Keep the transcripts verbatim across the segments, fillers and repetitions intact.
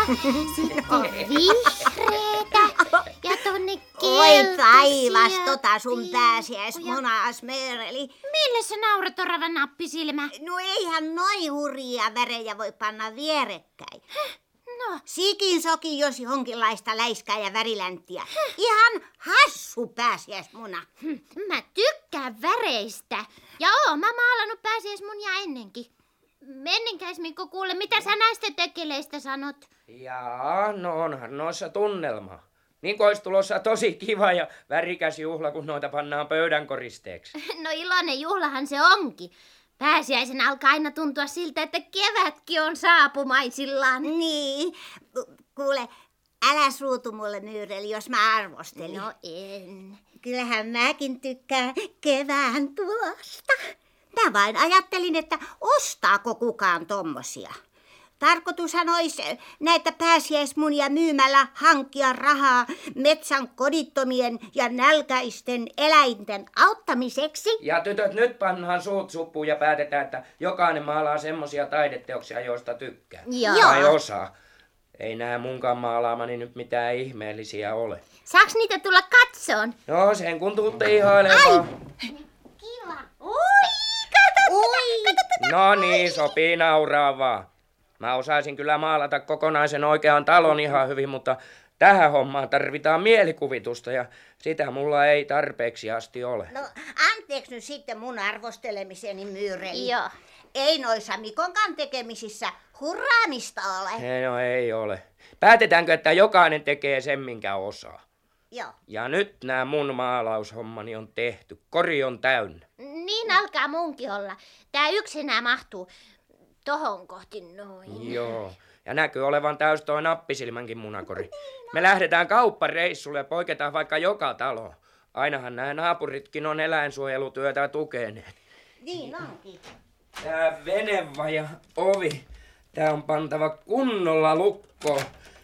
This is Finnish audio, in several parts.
sitten vihreätä ja tonne keltaisia. Oi taivas, tota sun pääsiäismunaas, Meereli. Mille sä naurat, orava nappisilmä? No eihän noin hurjia värejä voi panna vierekkäin. No. Sikin soki jos jonkinlaista läiskää ja värilänttiä. Ihan hassu pääsiäismuna. Hm, mä tykkään väreistä. Ja oon mä maalannut pääsiäismunia ennenkin. Mennenkäis Mikko kuule, mitä sä näistä tökeleistä sanot? Jaa, no onhan noissa tunnelma. Niin kuin olisi tulossa tosi kiva ja värikäs juhla, kun noita pannaan pöydän koristeeksi. No iloinen juhlahan se onkin. Pääsiäisen alkaa aina tuntua siltä, että kevätkin on saapumaisillaan. Niin, kuule, älä suutu mulle, Myyreli, jos mä arvostelin. No en. Kyllähän mäkin tykkään kevään tulosta. Mä vain ajattelin, että ostaako kukaan tommosia. Tarkoitushan olisi näitä pääsiäismunia myymällä hankkia rahaa metsän kodittomien ja nälkäisten eläinten auttamiseksi. Ja tytöt, nyt pannaan suut suppuun ja päätetään, että jokainen maalaa semmosia taideteoksia, joista tykkää. Joo. Tai osaa. Ei nää munkaan maalaamani nyt mitään ihmeellisiä ole. Saaks niitä tulla katsoon? No sen kun tuutte ihailemaan. Kiva. Oi, kato, Oi. kato, kato. No niin, sopii nauraa vaan. Mä osaisin kyllä maalata kokonaisen oikean talon ihan hyvin, mutta tähän hommaan tarvitaan mielikuvitusta ja sitä mulla ei tarpeeksi asti ole. No anteeksi nyt sitten mun arvostelemiseni, Myyreli. Joo. Ei noissa Mikonkaan tekemisissä hurraamista ole. Ei, no ei ole. Päätetäänkö, että jokainen tekee sen, minkä osaa? Joo. Ja nyt nämä mun maalaushommani on tehty. Kori on täynnä. Niin alkaa munkin olla. Tää yksi enää mahtuu tohon kohti noin. Joo. Ja näkyy olevan täys toi nappisilmänkin munakori. Me lähdetään kauppareissulle ja poiketaan vaikka joka talo. Ainahan nämä naapuritkin on eläinsuojelutyötä tukeneet. Niin onkin. Tää venevaja ovi. Tää on pantava kunnolla lukkoon.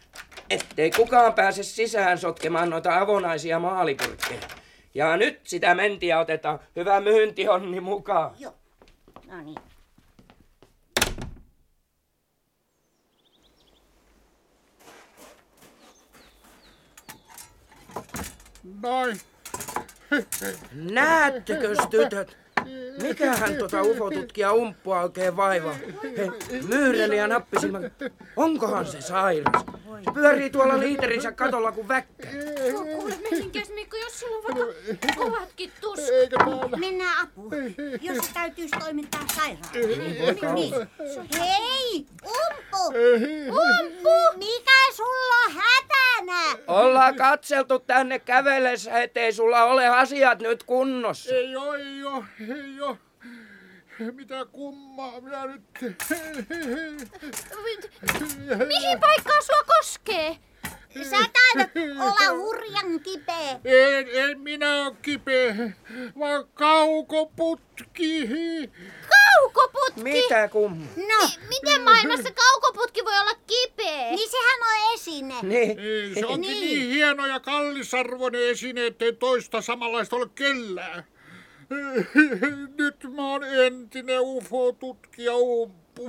Ettei kukaan pääse sisään sotkemaan noita avonaisia maalipurkkeja. Ja nyt sitä mentiä otetaan hyvä myyntihonni mukaan. Joo. No niin. Noin. Näettekös tytöt? Mikähän tota ufotutkija umppua oikein vaivaa? Hei, Myyreli ja nappisilmä, onkohan se sairas? Se pyörii tuolla liiterinsä katolla kuin väkkä. Kuule, menikäs Mikko, jos sulla on vaikka kovatkin tuskat. Eikä täällä. Mennään apuun, jos se täytyisi toimittaa sairaalaan. Niin, niin. Hei, Umpu! Umpu! Mikä sulla on hätänä? Ollaan katseltu tänne kävellessä, ettei sulla ole asiat nyt kunnossa. Ei oo, ei oo, ei oo. Mitä kummaa minä nyt... Mihin paikkaan sua koskee? Sä taidat olla hurjan kipeä. En, en minä oo kipeä, vaan kaukoputki. Kaukoputki? Mitä kumma? No, M- miten maailmassa kaukoputki voi olla kipeä? niin sehän on esine. Niin. Ei, se onkin Niin. niin hieno ja kallisarvoinen esine, ettei toista samanlaista ole kellään. Nyt mä oon entinen ufo-tutkija Umppu.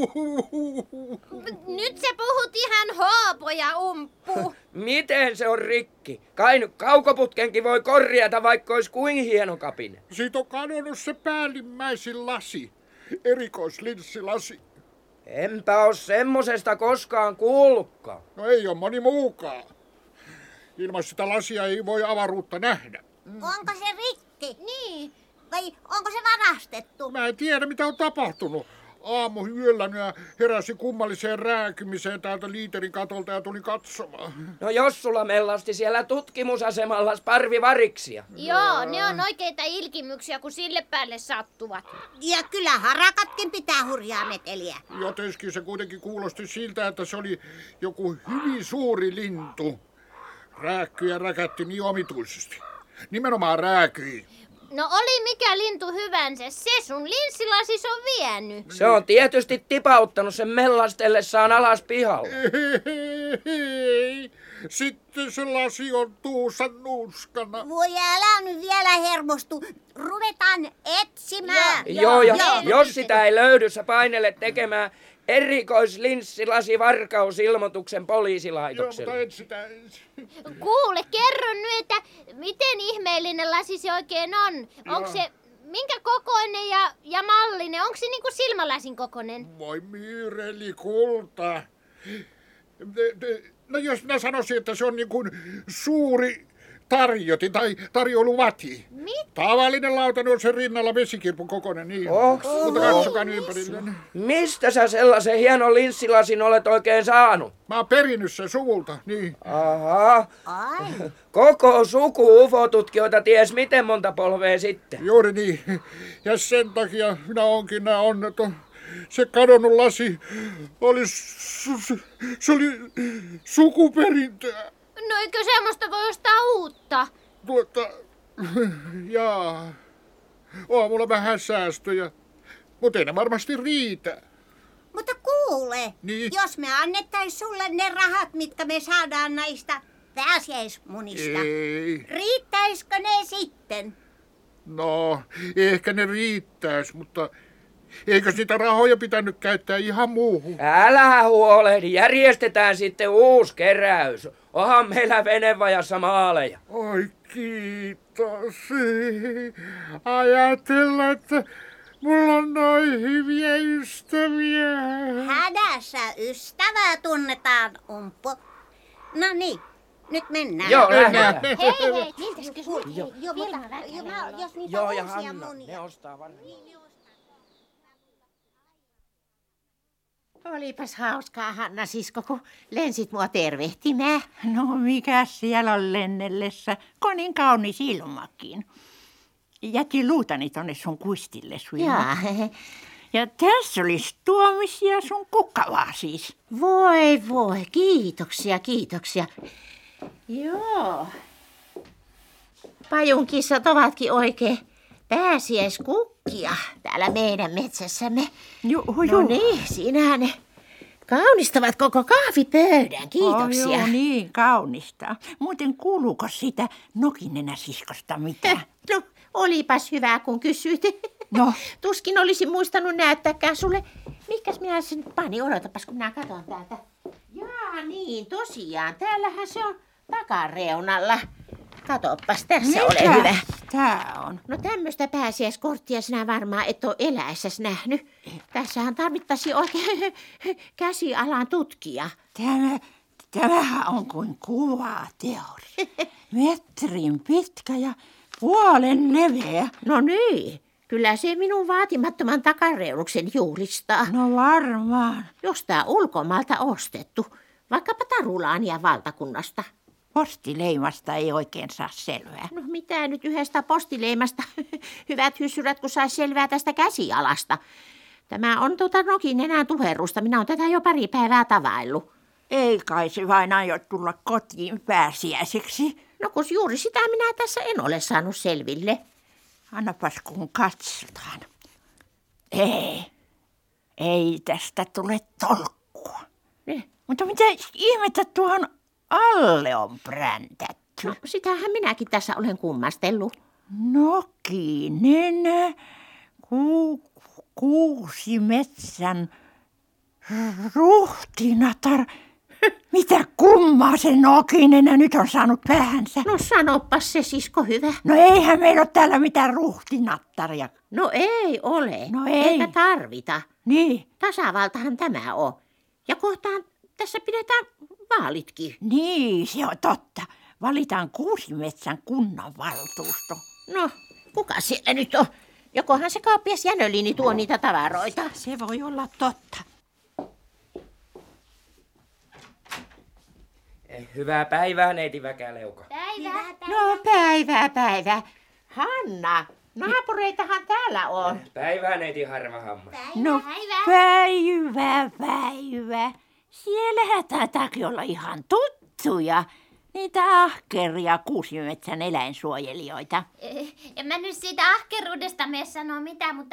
Nyt sä puhut ihan hoopoja, Umppu. Miten se on rikki? Kai nyt kaukoputkenkin voi korjata, vaikka olisi kuin hieno kapine. Siitä on kadonnut se päällimmäisin lasi, erikoislinssilasi. Enpä oo semmosesta koskaan kuullutkaan. No ei ole moni muukaan. Ilman sitä lasia ei voi avaruutta nähdä. Onko se rikki? Niin. Vai onko se varastettu? Mä en tiedä, mitä on tapahtunut. Aamu yöllä minä heräsin kummalliseen rääkymiseen täältä liiterin katolta ja tulin katsomaan. No jos sulla mellasti siellä tutkimusasemalla parvivariksia. Joo, ne on oikeita ilkimyksiä, kun sille päälle sattuvat. Ja kyllä harakatkin pitää hurjaa meteliä. Jotenkin se kuitenkin kuulosti siltä, että se oli joku hyvin suuri lintu. Rääkkyi ja räkätti niin omituisesti. Nimenomaan rääkyi. No oli mikä lintu hyvänsä, se sun linssilasis on vienyt. Se on tietysti tipauttanut sen mellastellessaan alas pihalle. Ei. Sitten se lasi on tuusan nuuskana. Voi älä nyt vielä hermostu. Ruvetaan etsimään. Joo, ja Joo. jos sitä ei löydy, sä painelet tekemään erikoislinssilasvarkausilmoituksen Joo, poliisilaitokselle. mutta etsitään. Kuule, kerro nyt, että miten ihmeellinen lasi se oikein on? Onko se minkä kokoinen ja, ja mallinen? Onko se niinku silmälasin kokoinen? Voi Miireli kulta. De- de- No jos minä sanoisin, että se on niin kuin suuri tarjoti tai tarjouluvati. Mit? Tavallinen lautanen on sen rinnalla vesikirpun kokoinen, niin. Oh, Mutta katsokaa ympärille. Mistä sä sellaisen hienon linssilasin olet oikein saanut? Mä oon perinnyt sen suvulta, niin. Aha, Ai. koko suku ufotutkijoita ties miten monta polvea sitten. Juuri niin. Ja sen takia minä onkin nää onneton. Se kadonnut lasi oli, su- se oli sukuperintöä. No eikö semmoista voi ostaa uutta? Tuota, jaa, on mulla vähän säästöjä, mutta ei ne varmasti riitä. Mutta kuule, Niin. jos me annettais sulle ne rahat, mitkä me saadaan näistä pääsiäismunista, Ei, riittäisikö ne sitten? no ehkä ne riittäis, mutta eikös niitä rahoja pitänyt käyttää ihan muuhun? Älä huolehdi, järjestetään sitten uusi keräys. Onhan meillä venevajassa maaleja. Oi kiitos. Ajatella, että mulla on noin hyviä ystäviä. Hädässä ystävää tunnetaan, Umppu. No niin, nyt mennään. Joo, Mennään. lähdetään. Hei, hei, miltäs Kuule, joo, Joo, mutta, vielä jo, mä, jos niitä Joo, ja uusia Hanna, munia. ne ostaa varmaan. Olipas hauskaa, Hanna sisko, kun lensit mua tervehtimään. No mikäs siellä on lennellessä, kun niin kaunis ilmakin. Jätin luutani tonne sun kuistille Jaa, Ja tässä olisi tuomisia sun kukkavaa siis. voi voi, kiitoksia, kiitoksia. Joo. Pajunkissat ovatkin oikein pääsiäiskukkia täällä meidän metsässämme. Joo, No niin, siinähän ne kaunistavat koko kahvipöydän, kiitoksia. Oh, joo, niin kaunista. Muuten kuuluuko sitä nokinenäsiskosta mitään? No, olipas hyvä, kun kysyit. No. Tuskin olisin muistanut näyttääkään sulle. Mikäs minä sen pani? Odotapas, kun minä katson täältä. Jaa, niin, tosiaan. Täällähän se on takareunalla. Katoppas, tässä ole hyvä. tää on? No tämmöistä pääsiäiskorttia sinä varmaan et ole eläessäs nähnyt. Tässähän tarvittaisi oikein käsialan tutkija. Tämä, tämähän on kuin kuvateos. Metrin pitkä ja puolen leveä. No niin, kyllä se minun vaatimattoman takareunuksen juuristaa. No varmaan. Jostain ulkomaalta ostettu, vaikkapa Tarulaania valtakunnasta. Postileimasta ei oikein saa selvää. No mitä nyt yhdestä postileimasta? Hyvät hyssyrät, kun sais selvää tästä käsialasta. Tämä on tuota nokinenän tuherrusta. Minä olen tätä jo pari päivää tavaillut. Ei kai se vain aio tulla kotiin pääsiäiseksi. No kun juuri sitä minä tässä en ole saanut selville. Annapas kun katsotaan. Ei, ei tästä tule tolkkua. Ne. Mutta mitä ihmettä tuohon alle on präntätty? No sitähän minäkin tässä olen kummastellut. Nokinen, ku, kuusi metsän ruhtinatar. Mitä kummaa se Nokinen nyt on saanut päänsä? No sanoppas se, sisko hyvä. No eihän meillä ole täällä mitään ruhtinattaria. No ei ole. No ei. Eikä tarvita. Niin, Tasavaltahan tämä on. Ja kohtaan tässä pidetään vaalitkin. niin se on totta. Valitaan Kuusimetsän kunnanvaltuusto. No, kuka siellä nyt on? Jokohan se kauppias Jänöliini tuo niitä tavaroita? Se voi olla totta. Hyvää päivää, neiti Väkäleuka. Päivää. No päivää, päivää. Hanna, naapureitahan täällä on. Päivää, neiti Harvahammas. No päivä, päivä. Siellähän taitakin olla ihan tuttuja. Niitä ahkeria Kuusimetsän eläinsuojelijoita. Eh, En mä nyt siitä ahkeruudesta mene sanoa mitään, mutta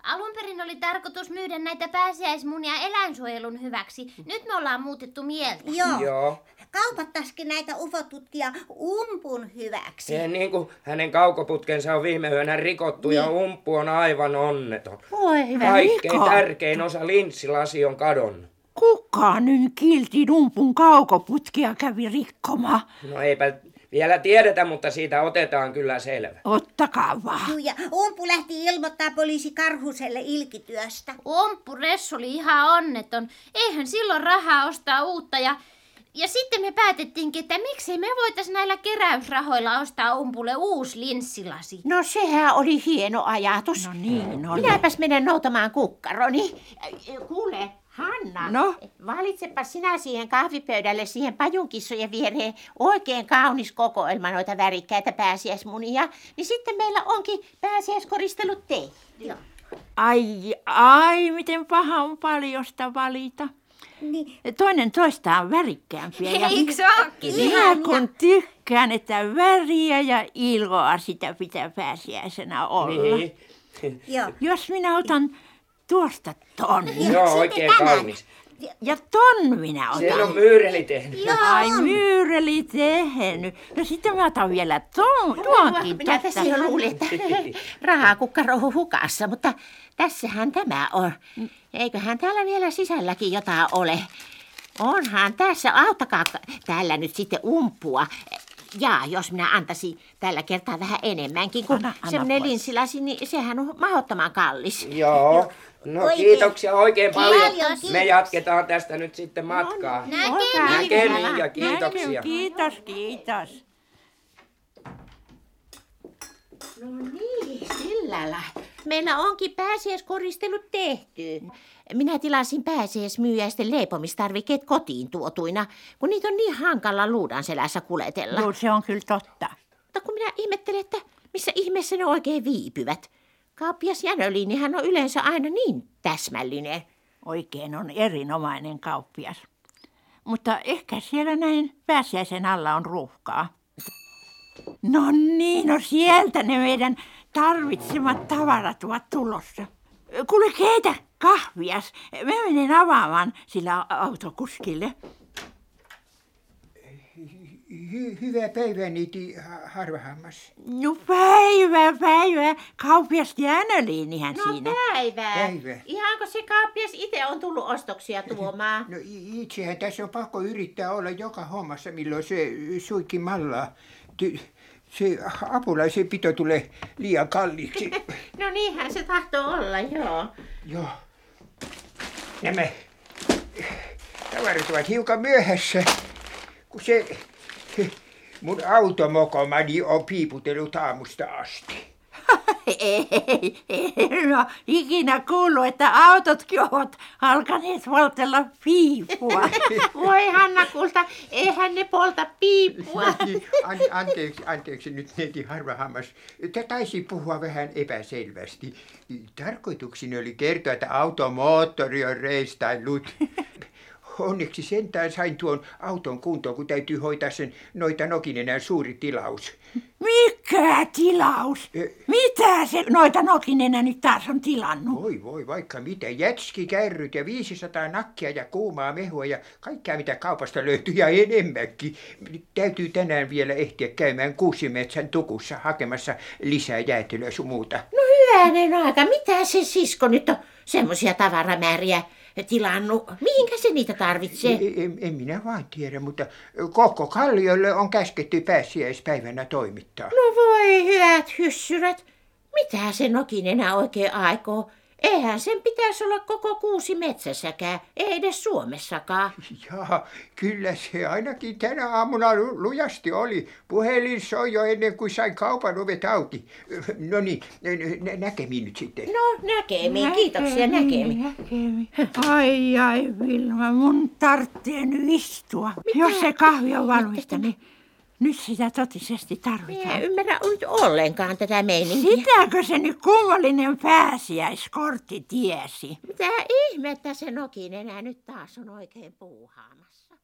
Alun perin oli tarkoitus myydä näitä pääsiäismunia eläinsuojelun hyväksi. Nyt me ollaan muutettu mieltä. Joo. Joo. Kaupattaisikin näitä ufotutkia umpun hyväksi. Se niin kuin hänen kaukoputkensa on viime yönä rikottu ja umpu on aivan onneton. Voi hyvä Kaikkein Miko. tärkein osa linssilasi on kadonnut. Kuka nyt kiltin umpun kaukoputkia kävi rikkomaan? No eipä vielä tiedetä, mutta siitä otetaan kyllä selvä. Ottakaa vaan. Juu, ja umpu lähti ilmoittaa poliisi Karhuselle ilkityöstä. Omppuressu oli ihan onneton. Eihän silloin rahaa ostaa uutta ja... Ja sitten me päätettiinkin, että miksei me voitais näillä keräysrahoilla ostaa umpulle uusi linssilasi. No sehän oli hieno ajatus. No niin oli. Minäpäs menen noutamaan kukkaroni. Kuule, Hanna, No? valitsepa sinä siihen kahvipöydälle siihen pajunkissojen viereen oikein kaunis kokoelma noita värikkäitä pääsiäismunia. Niin sitten meillä onkin pääsiäiskoristelut tehty. Joo. Ai, ai, miten paha on paljosta valita. Niin. Toinen toistaan värikkäämpiä. Ja Eikö se ookin? minä kun tykkään, että väriä ja iloa sitä pitää pääsiäisenä olla. Niin. Joo. Jos minä otan tuosta ton Joo, oikein tämän. kaunis. ja ton minä Sen on otan. Myyreli tehnyt. Ai myyreli tehnyt. No sitten mä otan vielä ton, tuonkin Minä tosta. tässä jo luulin, että rahaa kukkaro hukassa, mutta tässähän tämä on. Eiköhän täällä vielä sisälläkin jotain ole. Onhan tässä, auttakaa täällä nyt sitten umpua. Ja jos minä antaisin tällä kertaa vähän enemmänkin, kun Anna, anna semmoinen pois. linssilasi, niin sehän on mahdottoman kallis. Joo. No Oikein. kiitoksia oikein paljon. Paljon Me kiitoksia. jatketaan tästä nyt sitten matkaa. Näkemiin. Näkemiin ja kiitoksia. Kiitos, kiitos. No niin, sillä lailla. Meillä onkin pääsiäiskoristelut tehty. Minä tilasin pääsiäismyyjäisten leipomistarvikkeet kotiin tuotuina, kun niitä on niin hankala luudan selässä kuletella. Joo, se on kyllä totta. Mutta kun minä ihmettelen, että missä ihmeessä ne oikein viipyvät. Kauppias Jänöliinihän on yleensä aina niin täsmällinen. Oikein on erinomainen kauppias. Mutta ehkä siellä näin pääsiäisen alla on ruuhkaa. No niin, no sieltä ne meidän tarvitsemat tavarat ovat tulossa. Kuule, keitä kahvias. Mä menen avaamaan sillä autokuskille. Hy- hyvää päivää, niiti Harvahammas. No päivä, päivä. Kauppias Jänöliinihän No siinä. päivää. Päivä. Ihanko se kauppias itse on tullut ostoksia tuomaan? No i- itsehän tässä on pakko yrittää olla joka hommassa, milloin se suikin mallaa. Ty- se apulaisen pito tulee liian kalliiksi. No niinhän se tahtoo olla, joo. Joo. Nämä tavarat ovat hiukan myöhässä, kun se mun automokomani on piiputellut aamusta asti. Ei, en ole ikinä kuullut, että autotkin ovat alkaneet poltella piipua. Voi Hanna kulta, eihän ne polta piippua. An, anteeksi, anteeksi nyt neiti Harvahammas. Te taisi puhua vähän epäselvästi. Tarkoitukseni oli kertoa, että automoottori on reistaillut. Onneksi sentään sain tuon auton kuntoon, kun täytyy hoitaa sen noita Nokinenän suuri tilaus. Mikä tilaus? Mitä se noita Nokinenä nyt taas on tilannut? Voi voi, vaikka mitä. Jätskikärryt ja viisisataa nakkia ja kuumaa mehua ja kaikkea mitä kaupasta löytyy ja enemmänkin. Täytyy tänään vielä ehtiä käymään Kuusimetsän tukussa hakemassa lisää jäätelöä sun muuta. No hyvänen aika, mitä se sisko nyt on semmoisia tavaramääriä tilannut? Mihinkä se niitä tarvitsee? En, en minä vaan tiedä, mutta koko Kalliolle on käsketty pääsiäispäivänä toimittaa. No voi hyvät hyssyrät, mitä se Nokinenä oikein aikoo? Eihän sen pitäisi olla koko kuusi metsässäkään, ei edes Suomessakaan. Jaa, kyllä se ainakin tänä aamuna lu- lujasti oli. Puhelin soi jo ennen kuin sain kaupan ovet auki. No niin, nä- näkemiin nyt sitten. No näkemiin, kiitoksia näkemiin. Näkemiin. Ai ai Vilma, mun tarvitsee nyt istua. Jos se kahvi on valmista, niin nyt sitä totisesti Minä tarvitaan. en ymmärrä nyt ollenkaan tätä meininkiä. Sitäkö se nyt kummallinen pääsiäiskortti tiesi? Mitä ihmettä se Nokinenä nyt taas on oikein puuhaamassa?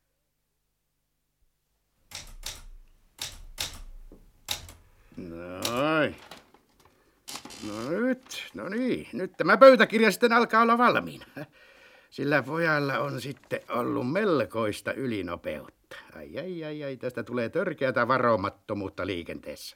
Noin. No nyt, no niin. Nyt tämä pöytäkirja sitten alkaa olla valmiina. Sillä pojalla on sitten ollut melkoista ylinopeutta. Ai, ai, ai, ai, tästä tulee törkeätä varomattomuutta liikenteessä.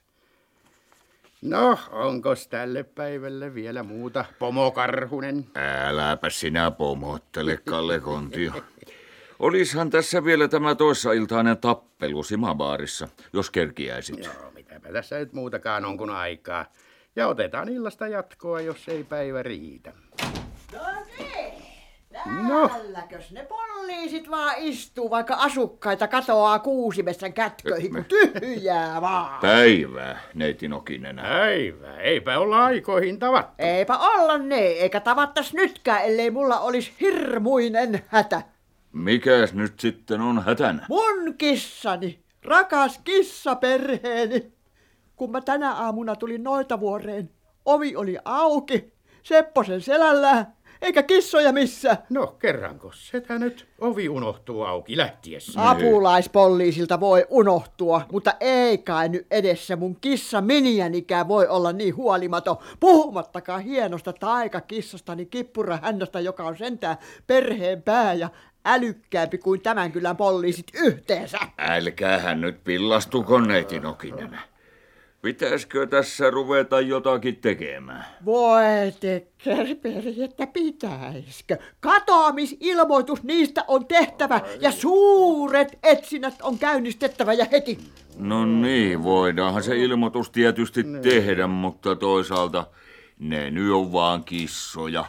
No, onkos tälle päivälle vielä muuta, Pomo Karhunen? Äläpä sinä pomottele, Kalle Kontio. Olishan tässä vielä tämä toissailtainen tappelu Simabaarissa, jos kerkiäisit. Joo, mitäpä tässä nyt muutakaan on kuin aikaa. Ja otetaan illasta jatkoa, jos ei päivä riitä. No niin, No. täälläkös ne poliisit vaan istuu, vaikka asukkaita katoaa kuusimessän kätköihin, kun tyhjää vaan. Päivää, neiti Nokinen. Päivä, eipä olla aikoihin tavattu. Eipä olla ne, eikä tavattas nytkään, ellei mulla olisi hirmuinen hätä. Mikäs nyt sitten on hätänä? Mun kissani, rakas kissaperheeni. Kun mä tänä aamuna tulin Noitavuoreen, ovi oli auki, Sepposen selällään, eikä kissoja missään. No, kerranko setä nyt ovi unohtuu auki lähtiessä? Apulaispoliisilta voi unohtua, mutta ei kai nyt edessä mun kissa Miniänikään voi olla niin huolimaton. Puhumattakaan hienosta taikakissastani Kippurahännästä, joka on sentään perheen pää ja älykkäämpi kuin tämän kylän poliisit yhteensä. Älkäähän nyt pillastuko, neiti Nokinen. Pitäisikö tässä ruveta jotakin tekemään? Voi tekkerperi, että pitäisikö. Katoamisilmoitus niistä on tehtävä ja suuret etsinnät on käynnistettävä ja heti. No niin, voidaanhan se ilmoitus tietysti tehdä, mutta toisaalta ne nyt on vaan kissoja.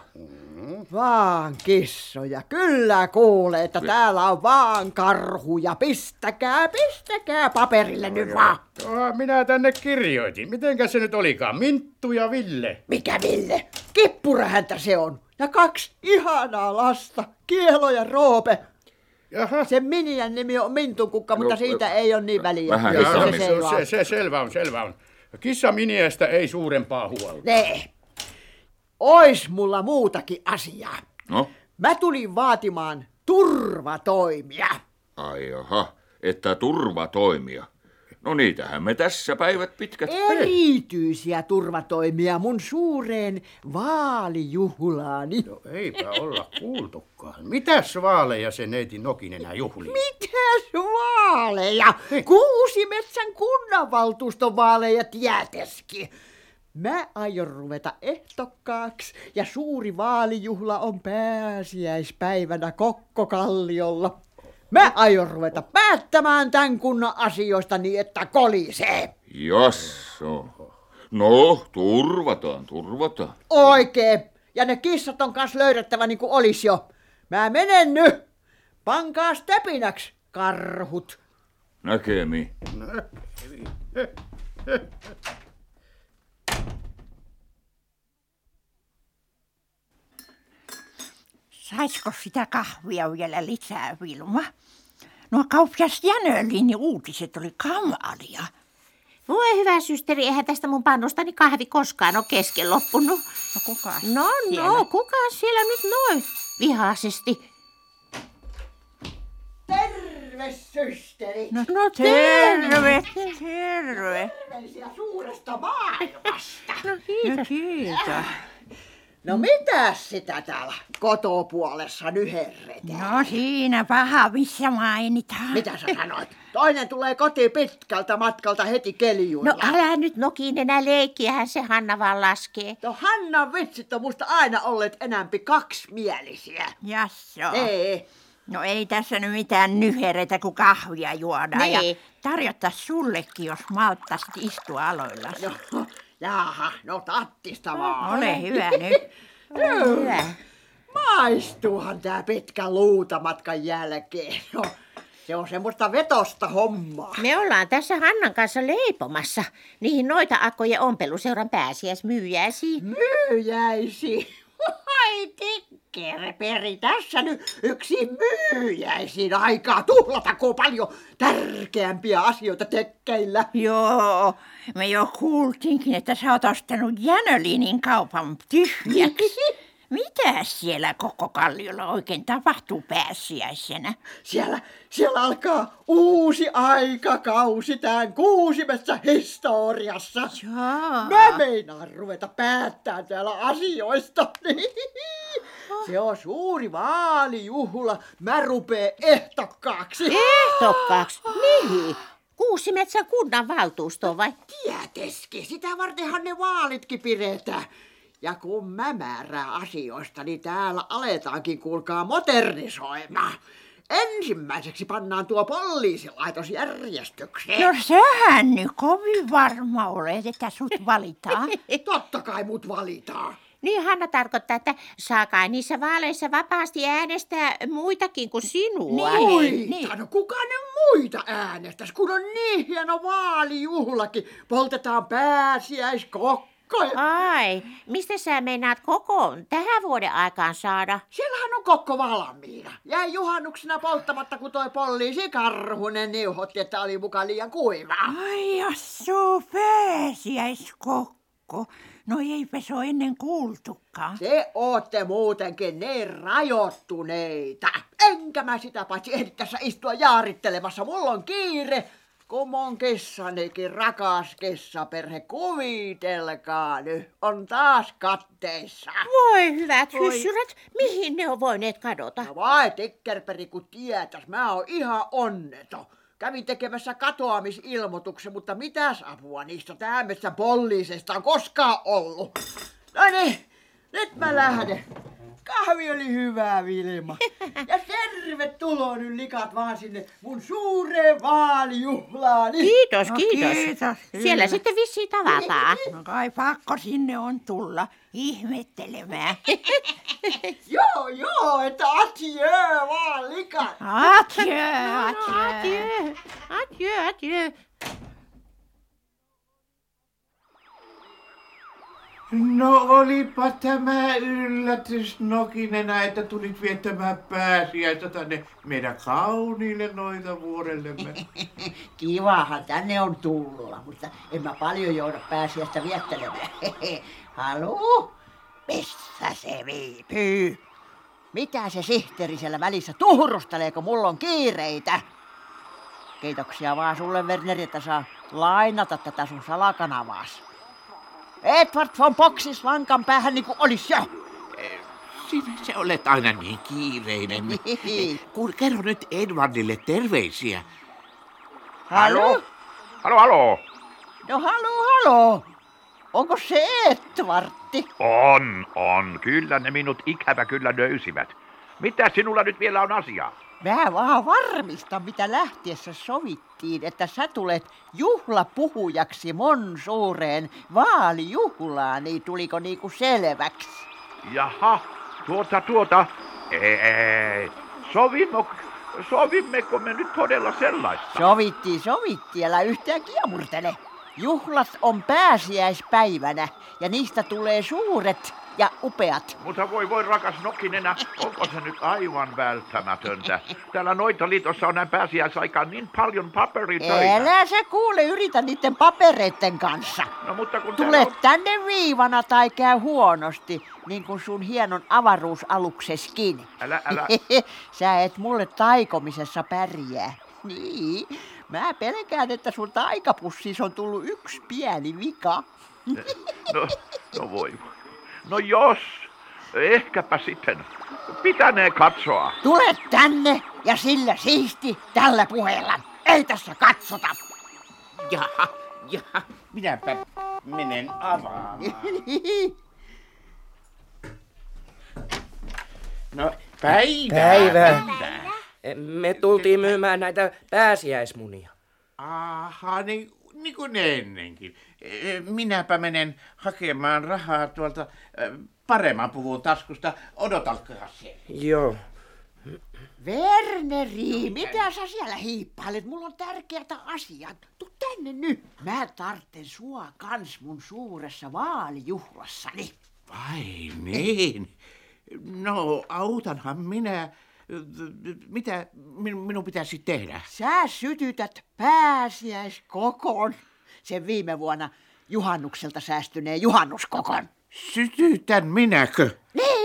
Vaan kissoja. Kyllä kuulee, että täällä on vaan karhuja. Pistäkää, pistäkää paperille nyt vaan. Joo, minä tänne kirjoitin. Mitenkä se nyt olikaan? Minttu ja Ville. Mikä Ville? Kippurahäntä se on. Ja kaksi ihanaa lasta. Kielo ja Roope. Jaha. Sen Miniän nimi on Mintukukka, mutta No, siitä ei ole niin väliä. vähän Kyllä hitaammin. se se, seilaa. se, se selvä on, selvä on. Kissa Miniästä ei suurempaa huolta. Nee. Ois mulla muutakin asiaa. No, Mä tulin vaatimaan turvatoimia. ai jaha, että turvatoimia. No niitähän me tässä päivät pitkät. Erityisiä turvatoimia mun suureen vaalijuhlaani. No eipä olla kuultukaan. Mitäs vaaleja se neiti Nokinen juhlii? Mitäs vaaleja? Kuusimetsän kunnanvaltuuston vaaleja tieteski. Mä aion ruveta ehtokkaaksi ja suuri vaalijuhla on pääsiäispäivänä Kokkokalliolla. Mä aion ruveta päättämään tän kunnan asioista niin, että kolisee. Jasso. No, turvataan, turvataan. Oikein. Ja ne kissat on kans löydettävä niin kuin olis jo. Mä menen nyt. Pankaas töpinäks, karhut. Näkemi. Saisiko sitä kahvia vielä lisää, Vilma? Nuo kauppias Jänölin uutiset oli kamalia. Voi hyvä systeri, eihän tästä mun pannustani kahvi koskaan ole kesken loppunut. No kuka No, siellä? no, kuka siellä nyt noin vihaisesti? Terve, systeri. No, no terve, terve. Terveisiä suuresta maailmasta. No kiitos. kiitos. No mitäs sitä täällä kotopuolessa nyt herretään? No siinä paha, missä mainitaan. Mitä sä sanoit? Toinen tulee kotiin pitkältä matkalta heti keljuilla. No älä nyt Nokin enää leikkiähän se Hanna vaan laskee. No Hannan vitsit on musta aina olleet enämpi kaksimielisiä. Jasso. Ei. No ei tässä nyt mitään nyhereitä, kun kahvia juodaan. Ja Niin. tarjottais sullekin, jos malttaisit istua aloillas. No, jaha, no tattista vaan. Ole hyvä nyt. Ole hyvä. Maistuuhan tää pitkä luutamatkan jälkeen. No, se on semmoista vetosta hommaa. Me ollaan tässä Hannan kanssa leipomassa niihin noita akkojen ompeluseuran pääsiäismyyjäisiin. Myyjäisi. Ai tikkerperi, tässä nyt yksi myyjäisiin aikaa tuhlatako paljon tärkeämpiä asioita tekkeillä. Joo, me jo kuultiinkin, että sä oot ostanut Jänölinin kaupan tyhjäksi. Mitäs siellä koko Kalliolla oikein tapahtuu pääsiäisenä? Siellä, siellä alkaa uusi aikakausi tämän Kuusimessa historiassa. Jaa. Mä meinaan ruveta päättää täällä asioista. Se on suuri vaalijuhla. Mä rupeen ehtokkaaksi. Ehtokkaaksi? Mihin? Kuusimetsän kunnan valtuustoon vai? Tieteski, sitä vartenhan ne vaalitkin pidetään. Ja kun mä määrään asioista, niin täällä aletaankin kuulkaa modernisoimaan. Ensimmäiseksi pannaan tuo poliisilaitos järjestykseen. No sähän nyt kovin varma olet, että sut valitaan. Totta kai mut valitaan. Niin Hanna tarkoittaa, että saa kai niissä vaaleissa vapaasti äänestää muitakin kuin sinua. Niin. Muita? No kuka ne muita äänestäisi, kun on niin hieno vaalijuhlakin. Poltetaan pääsiäiskokkoja. Ai, mistä sä meinaat koko tähän vuoden aikaan saada? Siellähän on kokko valmiina. Jäi juhannuksena polttamatta, kun toi poliisi Karhunen niuhotti, että oli mukaan liian kuivaa. Ai jassoo, pääsiäiskokko. No eipä se ole ennen kuultukaan. Te ootte muutenkin niin rajoittuneita. Enkä mä sitä paitsi ehdi tässä istua jaarittelemassa. Mulla on kiire. Kun mun kissanikin rakas kissaperhe, kuvitelkaa nyt, on taas katteissa. Voi hyvät hyssyrät, mihin ne on voineet kadota? No vai tikkerperi kun tietäis, mä oon ihan onneton. Kävin tekemässä katoamisilmoituksen, mutta mitäs apua niistä tämmöistä poliisista on koskaan ollut. No niin, nyt mä lähden. Kahvi oli hyvä, Vilma. Ja tervetuloa nyt likat vaan sinne mun suureen vaalijuhlaani. Kiitos, No, kiitos. kiitos, Siellä kyllä. sitten vissiin tavataan. No kai pakko sinne on tulla ihmettelemään. Joo, joo, että adieu vaan likat. Atjö, atjö. Adieu, adieu, adieu. No olipa tämä yllätys Nokinena, että tulit viettämään pääsiäistä tänne meidän kauniille noita vuorellemme. Kivahan tänne on tulla, mutta en mä paljon jouda pääsiäistä viettelemään. Haluu? Missä se viipyy? Mitä se sihteeri siellä välissä tuhrustelee, kun mulla on kiireitä? Kiitoksia vaan sulle, Werner, että saa lainata tätä sun salakanavaas. Edward von Boxis lankan päähän niin kuin olis jo. Sinä se olet aina niin kiireinen. Kun kerro nyt Edwardille terveisiä. Haloo? Halo, halo. No haloo, haloo. Onko se Edwardi? On, on. Kyllä ne minut ikävä kyllä löysivät. Mitä sinulla nyt vielä on asiaa? Mä vaan varmistan, mitä lähtiessä sovittiin, että sä tulet juhlapuhujaksi mon suureen vaalijuhlaan, niin tuliko niinku selväksi? Jaha, tuota, tuota. Ei, ei. Sovimme, sovimmeko me nyt todella sellaista? Sovittiin, sovittiin, älä yhtään kiemurtele. Juhlat on pääsiäispäivänä ja niistä tulee suuret ja upeat. Mutta voi voi rakas Nokinenä, onko se nyt aivan välttämätöntä? Täällä Noitaliitossa on näin pääsiäisaikaan niin paljon paperitöitä. Älä sä kuule, yritä niiden papereiden kanssa. No mutta kun Tule täällä on... tänne viivana tai käy huonosti, niin kuin sun hienon avaruusalukseskin. Älä, älä. Sä et mulle taikomisessa pärjää. Niin, mä pelkään, että sun taikapussissa on tullut yksi pieni vika. No, no voi voi. No jos, ehkäpä sitten. Pitänee katsoa. Tule tänne ja sillä siisti tällä puheella. Ei tässä katsota. Jaha, jaha, minäpä menen avaamaan. No, päivää. Päivää. Me tultiin myymään näitä pääsiäismunia. Aha, niin, niin kuin ennenkin. Minäpä menen hakemaan rahaa tuolta paremman puvun taskusta. Odotatkohan siellä. Joo. Werneri, mitä sä siellä hiippailet? Mulla on tärkeät asiat. Tuu tänne nyt. Mä tartten sua kans mun suuressa vaalijuhlassani. Vai niin? No, autanhan minä. Mitä minun pitäisi tehdä? Sä sytytät pääsiäiskokon. Sen viime vuonna juhannukselta säästyneen juhannuskokon. Sytytän minäkö? Niin,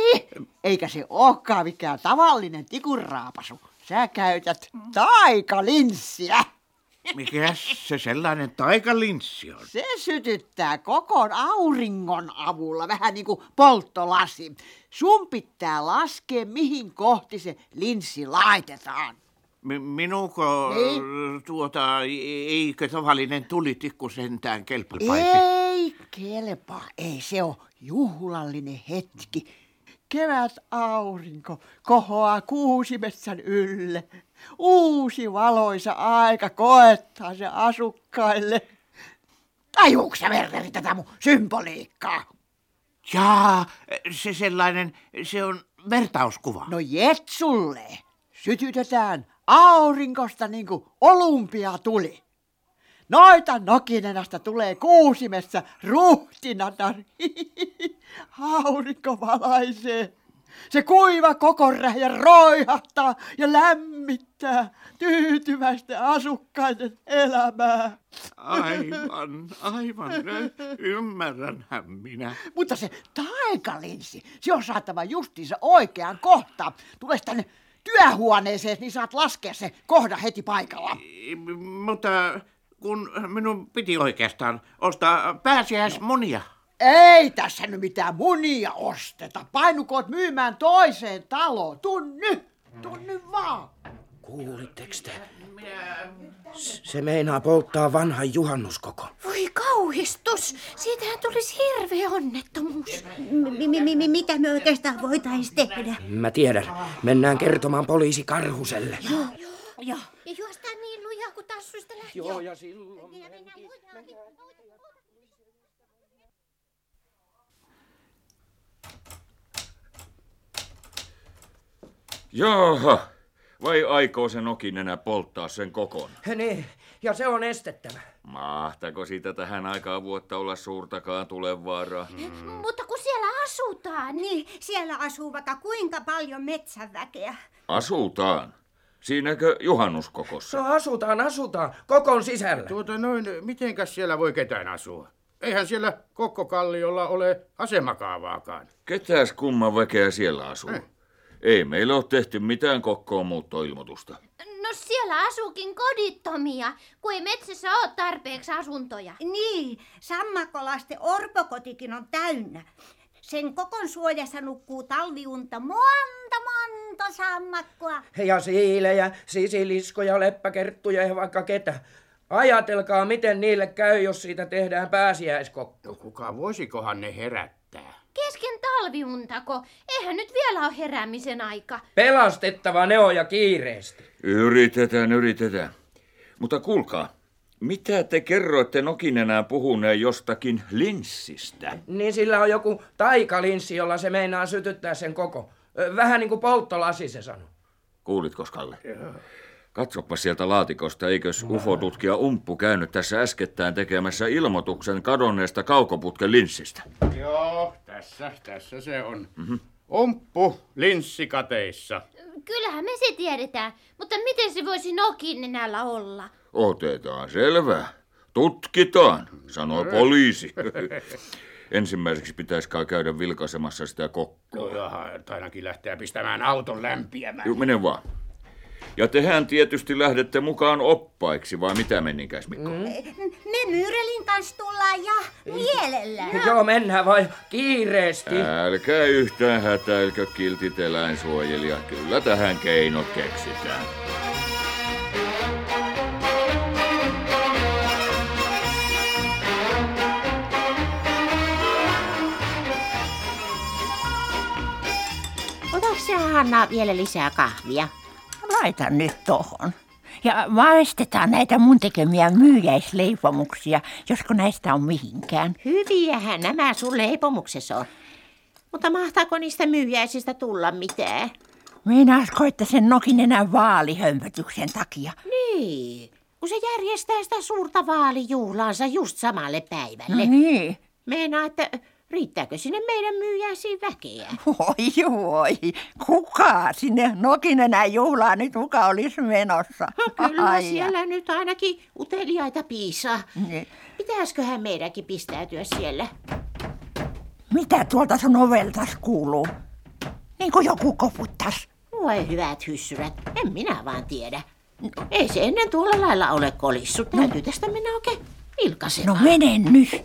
Eikä se olekaan mikään tavallinen tikunraapasu. Sä käytät taikalinssiä. Mikäs se sellainen taikalinssi on? Se sytyttää koko auringon avulla, vähän niin kuin polttolasi. Sun pitää laskea, mihin kohti se linssi laitetaan. Mi- minuko Niin? tuota, eikö tavallinen tulitikku sentään kelpaisi? Ei kelpaa, ei se on juhlallinen hetki. Kevät aurinko kohoaa kuusimetsän ylle. Uusi valoisa aika koettaa se asukkaille. Tajuuko sä, Werneri, tätä mun symboliikkaa? Jaa, se sellainen, se on vertauskuva. No jetsulle. Sytytetään aurinkosta niin kuin olympia tuli. Noita nokinenästä tulee kuusimessa ruhtinatar. Aurinko valaisee. Se kuiva kokoräjä roihahtaa ja lämmittää tyytyväisten asukkaiden elämää. Aivan, aivan, ymmärränhän minä. Mutta se taikalinssi, se on saatava justiinsa oikeaan kohtaan. Tules tänne työhuoneeseen, niin saat laskea se kohda heti paikalla. Mutta kun minun piti oikeastaan ostaa pääsiäismunia. Ei tässä nyt mitään munia osteta. Painukoot myymään toiseen taloon. Tuu nyt, tuu nyt vaan. Kuulitteko te? Se meinaa polttaa vanhan juhannuskoko. Voi kauhistus, siitähän tulisi hirveä onnettomuus. Mi- mi- mi- mitä me oikeastaan voitais tehdä? Mä tiedän. Mennään kertomaan poliisi Karhuselle. Joo, joo. Ja juostaan niin lujaa, kun tassuista lähtee. Joo, ja silloin... Jaha, vai aikoo se nokinenä polttaa sen kokon? Niin, ja se on estettävä. Mahtako siitä tähän aikaan vuotta olla suurtakaan tulevaaraa? Mm. Mutta kun siellä asutaan. Niin, siellä asuu vaikka kuinka paljon metsänväkeä. Asutaan? Siinäkö juhannuskokossa? No asutaan, asutaan. Kokon sisällä. Tuota noin, mitenkäs siellä voi ketään asua? Eihän siellä Kokkokalliolla ole asemakaavaakaan. Ketäs kumman väkeä siellä asuu? Eh. Ei meillä ole tehty mitään kokkoon muuttoilmoitusta. No siellä asuukin kodittomia, kun ei metsässä ole tarpeeksi asuntoja. Niin, sammakkolaisten orpokotikin on täynnä. Sen kokon suojassa nukkuu talviunta monta, monta sammakkoa. Ja siilejä, sisiliskoja, leppäkerttuja ja vaikka ketä. Ajatelkaa, miten niille käy, jos siitä tehdään pääsiäiskokko. No kuka voisikohan ne herättää? Kesken talviuntako? Eihän nyt vielä ole heräämisen aika. Pelastettava ne on ja kiireesti. Yritetään, yritetään. Mutta kuulkaa, mitä te kerroitte nokinenään puhuneen jostakin linssistä? Niin sillä on joku taikalinssi, jolla se meinaa sytyttää sen koko. Vähän niin kuin polttolasi se sanoo. Kuulitko, Kalle? Katsoppa sieltä laatikosta, eikös U F O-tutkija Umppu käynyt tässä äskettäin tekemässä ilmoituksen kadonneesta kaukoputken linssistä? Joo, tässä, tässä se on. Mm-hmm. Omppu linssikateissa. Kyllähän me se tiedetään, mutta miten se voisi nokinenällä olla? Otetaan selvää. Tutkitaan, sanoo poliisi. Ensimmäiseksi pitäisi kai käydä vilkaisemassa sitä kokkoa. No jaha, ainakin lähtee pistämään auton lämpiämään. Joo, mene vaan. Ja tehän tietysti lähdette mukaan oppaiksi, vai mitä menninkäs, Mikko? Mm. Me Myyrelin kanssa tullaan ja mielellään. Joo, mennään vai kiireesti. Älkää yhtään hätäilkö, kiltit eläinsuojelijat. Kyllä tähän keinot keksitään. Otatko sä, Hanna, vielä lisää kahvia? Laita nyt tohon. Ja maistetaan näitä mun tekemiä myyjäisleipomuksia, josko näistä on mihinkään. Hyviähän nämä sun leipomuksessa on. Mutta mahtaako niistä myyjäisistä tulla mitään? Meinaasko, että sen nokinenä vaalihömpötyksen takia? Niin, kun se järjestää sitä suurta vaalijuhlaansa just samalle päivälle. No niin. Meinaa, että riittääkö sinne meidän myyjäisiin väkeä? Voi voi, kuka sinne nokinenä juhlaan nyt muka olisi menossa? Kyllä Ai siellä nyt ainakin uteliaita piisaa. Niin. Pitäisiköhän meidänkin pistäytyä siellä? Mitä tuolta sun oveltas kuuluu? Niin kuin joku koputtas. Voi hyvät hyssyrät, en minä vaan tiedä. Ei se ennen tuolla lailla ole kolissut. Täytyy tästä mennä oikein vilkaisemaan. No menen nyt.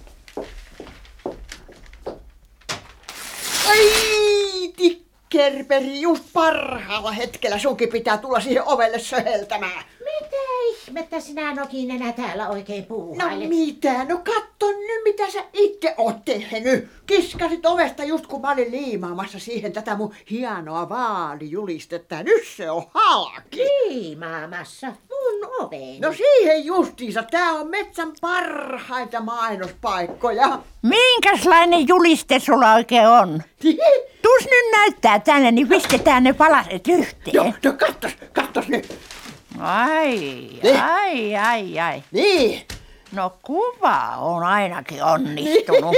Ai, Tikkerperi, just parhaalla hetkellä sunkin pitää tulla siihen ovelle söheltämään. Mitä ihmettä sinä Nokinenä täällä oikein puuhailet? No mitä? No katso nyt, mitä sä itse oot tehnyt. Kiskasit ovesta just kun mä olin liimaamassa siihen tätä mun hienoa vaalijulistetta. Nyt se on halki. Liimaamassa mun oveen. No siihen justiinsa. Tää on metsän parhaita mainospaikkoja. Minkäslainen juliste sulla oikein on? Tuus nyt näyttää tänne, niin pistetään ne palaset yhteen. Joo, no katsos, katsos nyt. Ai, Niin. ai, ai, ai. Niin. No kuva on ainakin onnistunut.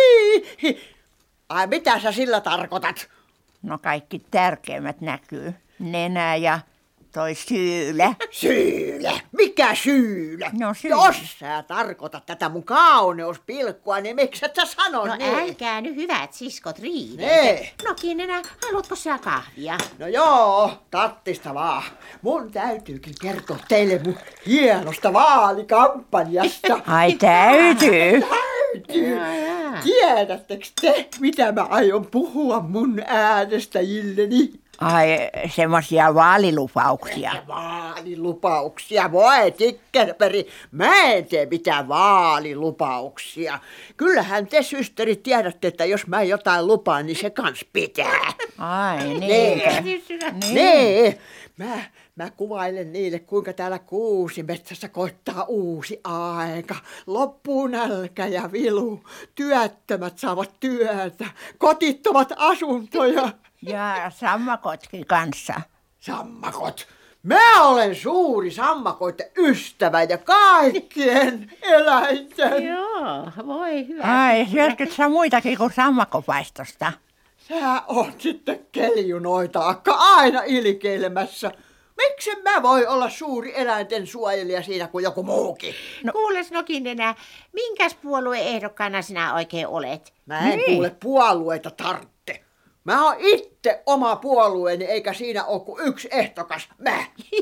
Ai mitä sä sillä tarkoitat? No kaikki tärkeimmät näkyy. Nenä ja toi syylä. Syylä? Mikä syylä? No syylä. Jos sä tarkoitat tätä mun kauneuspilkkua, niin miksi et sä sano No niin? älkää nyt hyvät siskot riideltä. Nee. Nokinenä, haluatko sä kahvia? No joo, tattista vaan. Mun täytyykin kertoa teille mun hienosta vaalikampanjasta. Ai täytyy. Täytyy. Tiedättekö te, mitä mä aion puhua mun äänestäjilleni? Ai semmosia vaalilupauksia. Vaalilupauksia, voi Tikkerperi, mä en tee mitään vaalilupauksia. Kyllähän te systerit tiedätte, että jos mä jotain lupaan, niin se kans pitää. Ai Nee. niin. Nee. Mä, mä kuvailen niille, kuinka täällä Kuusimetsässä koittaa uusi aika. Loppuu nälkä ja vilu, työttömät saavat työtä, kotittomat asuntoja. Ja sammakotkin kanssa. Sammakot. Mä olen suuri sammakoiden ystävä ja kaikkien eläinten. Joo, voi hyvä. Ai, syötkö sä muitakin kuin sammakopaistosta? Sä oot sitten keljunoita akka aina ilkeilemässä. Miksi mä voi olla suuri eläinten suojelija siinä kuin joku muukin? No kuules Nokinenä, minkäs puolueen ehdokkaana sinä oikein olet? Mä en niin. kuule puolueita tartte. Mä oon itse oma puolueeni, eikä siinä ole kuin yksi ehtokas, mä.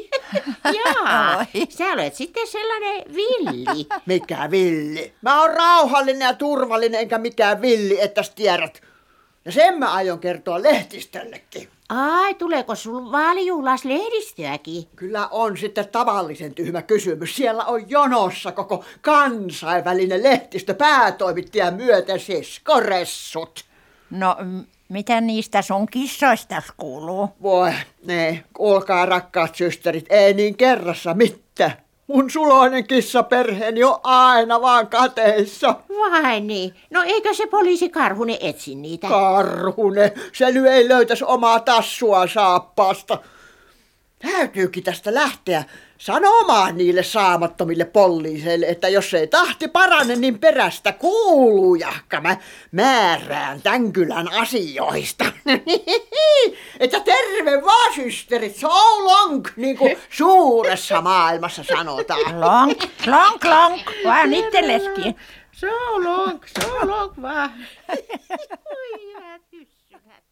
Jaa, sä olet sitten sellainen villi. Mikä villi? Mä oon rauhallinen ja turvallinen, enkä mikään villi, että sä tiedät. Ja sen mä aion kertoa lehdistöllekin. Ai, tuleeko sul vaalijuhlas lehdistöäkin? Kyllä on sitten tavallisen tyhmä kysymys. Siellä on jonossa koko kansainvälinen lehtistö päätoimittaja myöten siskoressut. No, m- mitä niistä sun kissoista kuuluu? Voi, ne, kuulkaa rakkaat systerit, ei niin kerrassa mitään. Mun suloinen kissaperheeni on aina vaan kateissa. Vai niin? No eikö se poliisi Karhunen etsi niitä? Karhunen, se nyt ei löytäisi omaa tassua saappaasta. Täytyykin tästä lähteä sanomaan niille saamattomille poliiseille, että jos ei tahti parane, niin perästä kuuluu, jahka mä määrään tämän kylän asioista. Että terve vaan, systerit, so long, niin kuin suuressa maailmassa sanotaan. Lonk, lonk, lonk, vaan itselleskin. So long, so long vaan. Oi hyvät ystävät.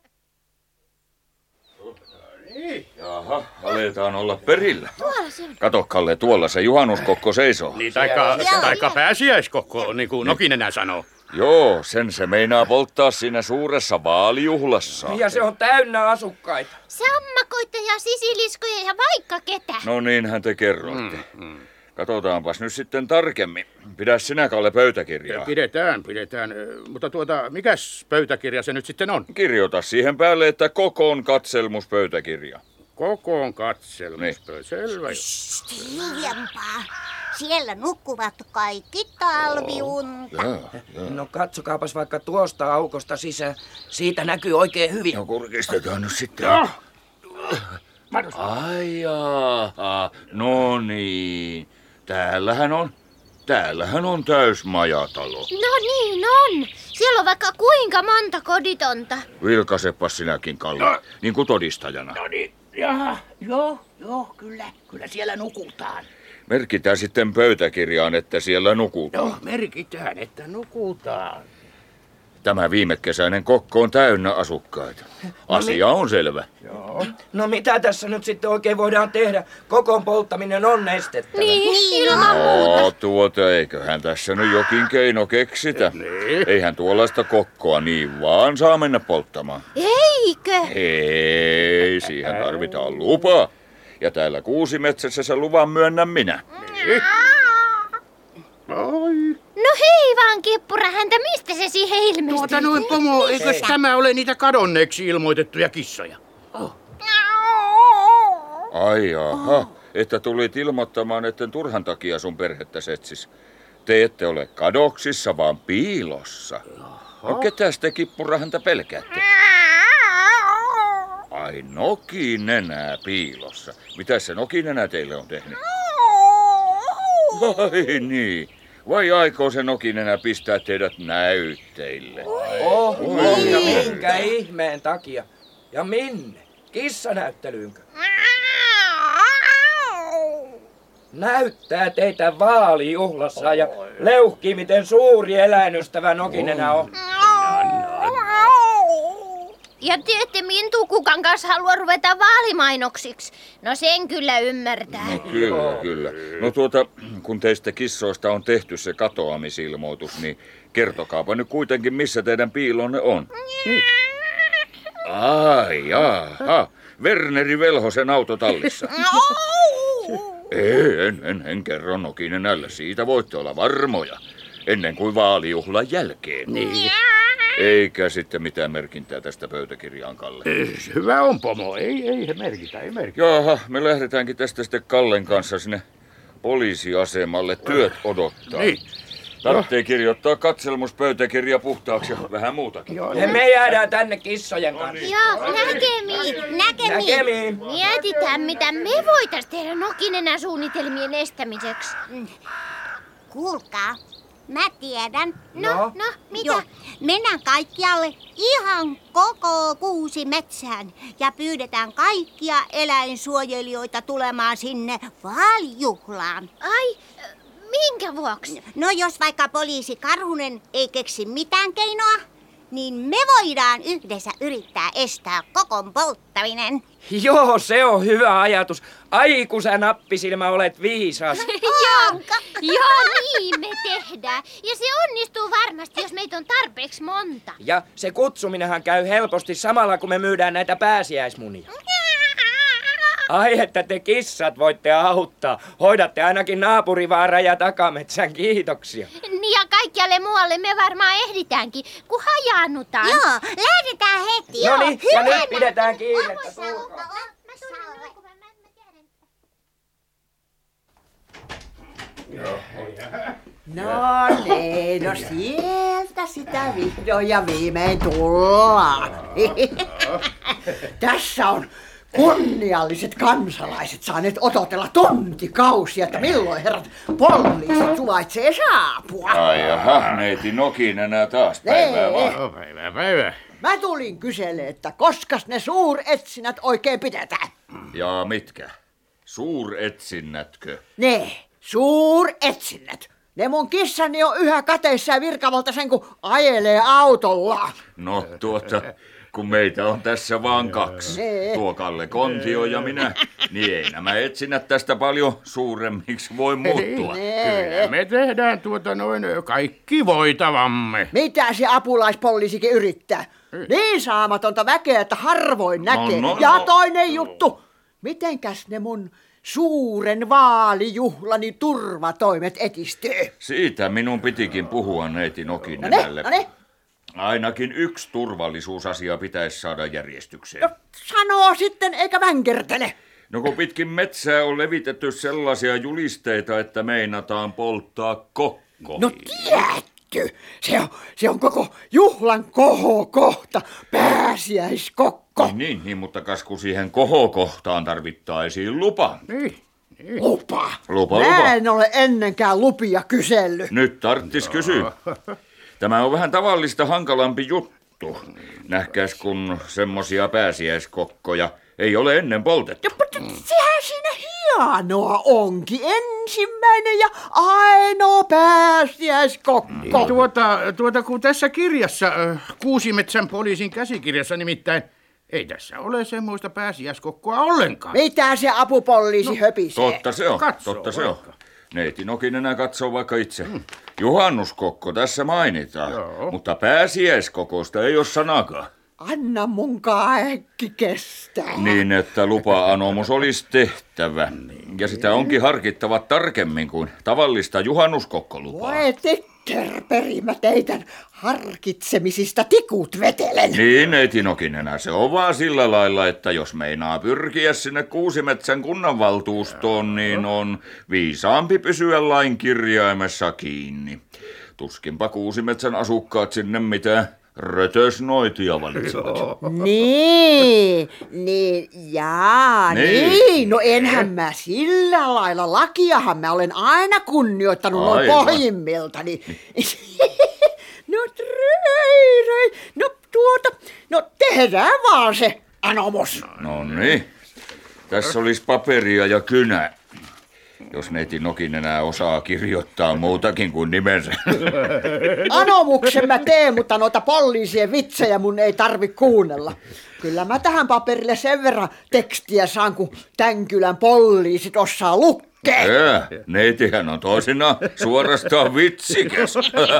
Jaha, aletaan olla perillä. Kato, Kalle, tuolla se juhannuskokko seisoo. Niin, taikka, taikka pääsiäiskokko, niin kuin Nokinenä sanoo. Joo, sen se meinaa polttaa siinä suuressa vaalijuhlassa. Ja se on täynnä asukkaita. Sammakoita ja sisiliskoja ja vaikka ketä. No niinhän te kerroitte. Mm, mm. Katsotaanpas nyt sitten tarkemmin. Pidä sinä, Kalle, pöytäkirjaa. Pidetään, pidetään. Mutta tuota, mikäs pöytäkirja se nyt sitten on? Kirjoita siihen päälle, että kokoon katselmuspöytäkirja. Kokoon katselmuspöytäkirja. Niin. Selvä. Hiljempaa. Siellä nukkuvat kaikki talviunta. Jaa, jaa. No katsokaapas vaikka tuosta aukosta sisään. Siitä näkyy oikein hyvin. No kurkistetaan nyt sitten. No. Ai jaa, no niin. Täällähän on, täällähän on täysmajatalo. No niin on. Siellä on vaikka kuinka monta koditonta. Vilkaisepas sinäkin, Kalle, no. Niin kuin todistajana. No niin, jaha, joo, joo, kyllä, kyllä siellä nukutaan. Merkitään sitten pöytäkirjaan, että siellä nukutaan. Joo, merkitään, että nukutaan. Tämä viimekesäinen kokko on täynnä asukkaita. Asia on selvä. Joo. No mitä tässä nyt sitten oikein voidaan tehdä? Kokon polttaminen on estettävä. Niin, ilman muuta. No tuota, eiköhän tässä nyt jokin keino keksitä. Niin. Eihän tuollaista kokkoa niin vaan saa mennä polttamaan. Eikö? Ei, siihen tarvitaan lupa. Ja täällä Kuusimetsässä se luvan myönnän minä. Ai. No hei vaan, Kippurahäntä, mistä se siihen ilmestyi? Tuota noin, pomo, eikös tämä ole niitä kadonneeksi ilmoitettuja kissoja? Oh. Ai jaha, että tulit ilmoittamaan, etten turhan takia sun perhettä etsis. Te ette ole kadoksissa, vaan piilossa. No ketäs te, Kippurahäntä, pelkäätte? Ai nokinenää piilossa. Mitäs se nokinenää teille on tehnyt? Vai niin. Vai aikoo se nokinenä pistää teidät näytteille? Oh, oh, ja minkä ihmeen takia? Ja minne? Kissanäyttelyynkö? Näyttää teitä vaalijuhlassa ja leuhkii, miten suuri eläinystävä nokinenä on. Ja te ette Mintu Kukan kanssa halua ruveta vaalimainoksiksi. No sen kyllä ymmärtää. No kyllä, kyllä. No tuota, kun teistä kissoista on tehty se katoamisilmoitus, niin kertokaapa nyt kuitenkin, missä teidän piilonne on. Ai jaha, Werneri Velhosen autotallissa. Ei, en, en, en kerro nokinenälle, siitä voitte olla varmoja. Ennen kuin vaalijuhlan jälkeen. Niin. Eikä sitten mitään merkintää tästä pöytäkirjaan, Kalle. Hyvä on, pomo. Ei, ei merkitä, ei merkitä. Jaha, me lähdetäänkin tästä sitten Kallen kanssa sinne poliisiasemalle työt odottaa. Niin. Tarvitsee kirjoittaa katselmuspöytäkirja puhtaaksi ja vähän muutakin. Ja me jäädään tänne kissojen kanssa. Joo, näkemiin. Näkemiin. Näkemiin. Mietitään, mitä me voitais tehdä nokinenä suunnitelmien estämiseksi. Kuulkaa, mä tiedän. No, no, no mitä? Joo, mennään kaikkialle ihan koko Kuusimetsään ja pyydetään kaikkia eläinsuojelijoita tulemaan sinne vaalijuhlaan. Ai, minkä vuoksi? No jos vaikka poliisi Karhunen ei keksi mitään keinoa, niin me voidaan yhdessä yrittää estää kokon polttaminen. Joo, se on hyvä ajatus. Ai kun sä nappisilmä olet viisas. Joo, joo, niin me tehdään. Ja se onnistuu varmasti, jos meitä on tarpeeksi monta. Ja se kutsuminenhan käy helposti samalla, kun me myydään näitä pääsiäismunia. Ai, että te kissat voitte auttaa. Hoidatte ainakin naapurivaara ja takametsän, kiitoksia. Niin ja kaikkialle muualle me varmaan ehditäänkin, kun hajaannutaan. Joo, lähdetään heti. No joo. niin, ja nyt pidetään kiirettä. Tulkaa. No niin, no sieltä sitä vihdoin ja viimein tullaan. Tässä on kunnialliset kansalaiset saaneet odotella tuntikausia, että milloin herrat poliisit suvaitsee saapua. Ai jaha, neiti Nokinenä taas päivää vaan. Oh, päivää, päivää. Mä tulin kyselemään, että koskas ne suuretsinät oikein pidetään. Ja mitkä? Suuretsinnätkö? Ne, suuretsinnät. Ne mun kissani on yhä kateissa ja virkavalta sen, kun ajelee autolla. No tuota, kun meitä on tässä vaan kaksi, Nee. tuo Kalle Kontio ja minä, niin ei nämä etsinnät tästä paljon suuremmiksi voi muuttua. Kyllä me tehdään tuota noin kaikki voitavamme. Mitä se apulaispoliisikin yrittää? Niin saamatonta väkeä, että harvoin näkee. no, ja no. toinen juttu. Mitenkäs ne mun suuren vaalijuhlani turvatoimet edistyy? Siitä minun pitikin puhua neiti No ne, Nokinenälle. no ne. Ainakin yksi turvallisuusasia pitäisi saada järjestykseen. No, sanoo sitten eikä vänkertele. No kun pitkin metsää on levitetty sellaisia julisteita, että meinataan polttaa kokko. No tiedätkö, se on, se on koko juhlan kohokohta, pääsiäiskokko. Niin, niin, niin, mutta kas kun siihen kohokohtaan tarvittaisiin lupa. Niin, niin. Lupa. Lupa, Mä lupa. en ole ennenkään lupia kysellyt. Nyt tarttis kysyä. Tämä on vähän tavallista hankalampi juttu. Nähkäs kun semmosia pääsiäiskokkoja ei ole ennen poltettu. Sehän siinä hienoa onkin. Ensimmäinen ja ainoa pääsiäiskokko. Niin, tuota, tuota, kun tässä kirjassa, äh, Kuusimetsän poliisin käsikirjassa nimittäin, ei tässä ole semmoista pääsiäiskokkoa ollenkaan. Mitä se apupoliisi no, höpisee? Totta se on, Katsoo totta se on. vaikka. Neiti Nokinen katsoo vaikka itse. Hmm. Juhannuskokko tässä mainitaan, Joo. mutta pääsiäiskokosta ei ole sanakaan. Anna mun kaikki kestää. Niin, että lupa-anomus olisi tehtävä. Ja sitä onkin harkittava tarkemmin kuin tavallista juhannuskokkolupaa. Voi tikkerperimä teidän harkitsemisista tikut vetelen. Niin, neiti Nokinenä, se on vaan sillä lailla, että jos meinaa pyrkiä sinne Kuusimetsän kunnanvaltuustoon, niin on viisaampi pysyä lain kirjaimessa kiinni. Tuskinpa Kuusimetsän asukkaat sinne mitään rötösnoitia valitsevat. Niin, niin, jaa, niin. niin. No enhän mä sillä lailla. Lakiahan mä olen aina kunnioittanut noin pohjimmiltani. No rei, rei. No tuota, no tehdään vaan se anomus. No niin, tässä olisi paperia ja kynä. Jos neiti Nokinen osaa kirjoittaa muutakin kuin nimensä. Anomuksen mä teen, mutta noita poliisien vitsejä mun ei tarvi kuunnella. Kyllä mä tähän paperille sen verran tekstiä saan, kun tän kylän poliisit osaa lukea. Ää, neitihän on toisinaan suorastaan vitsikäs.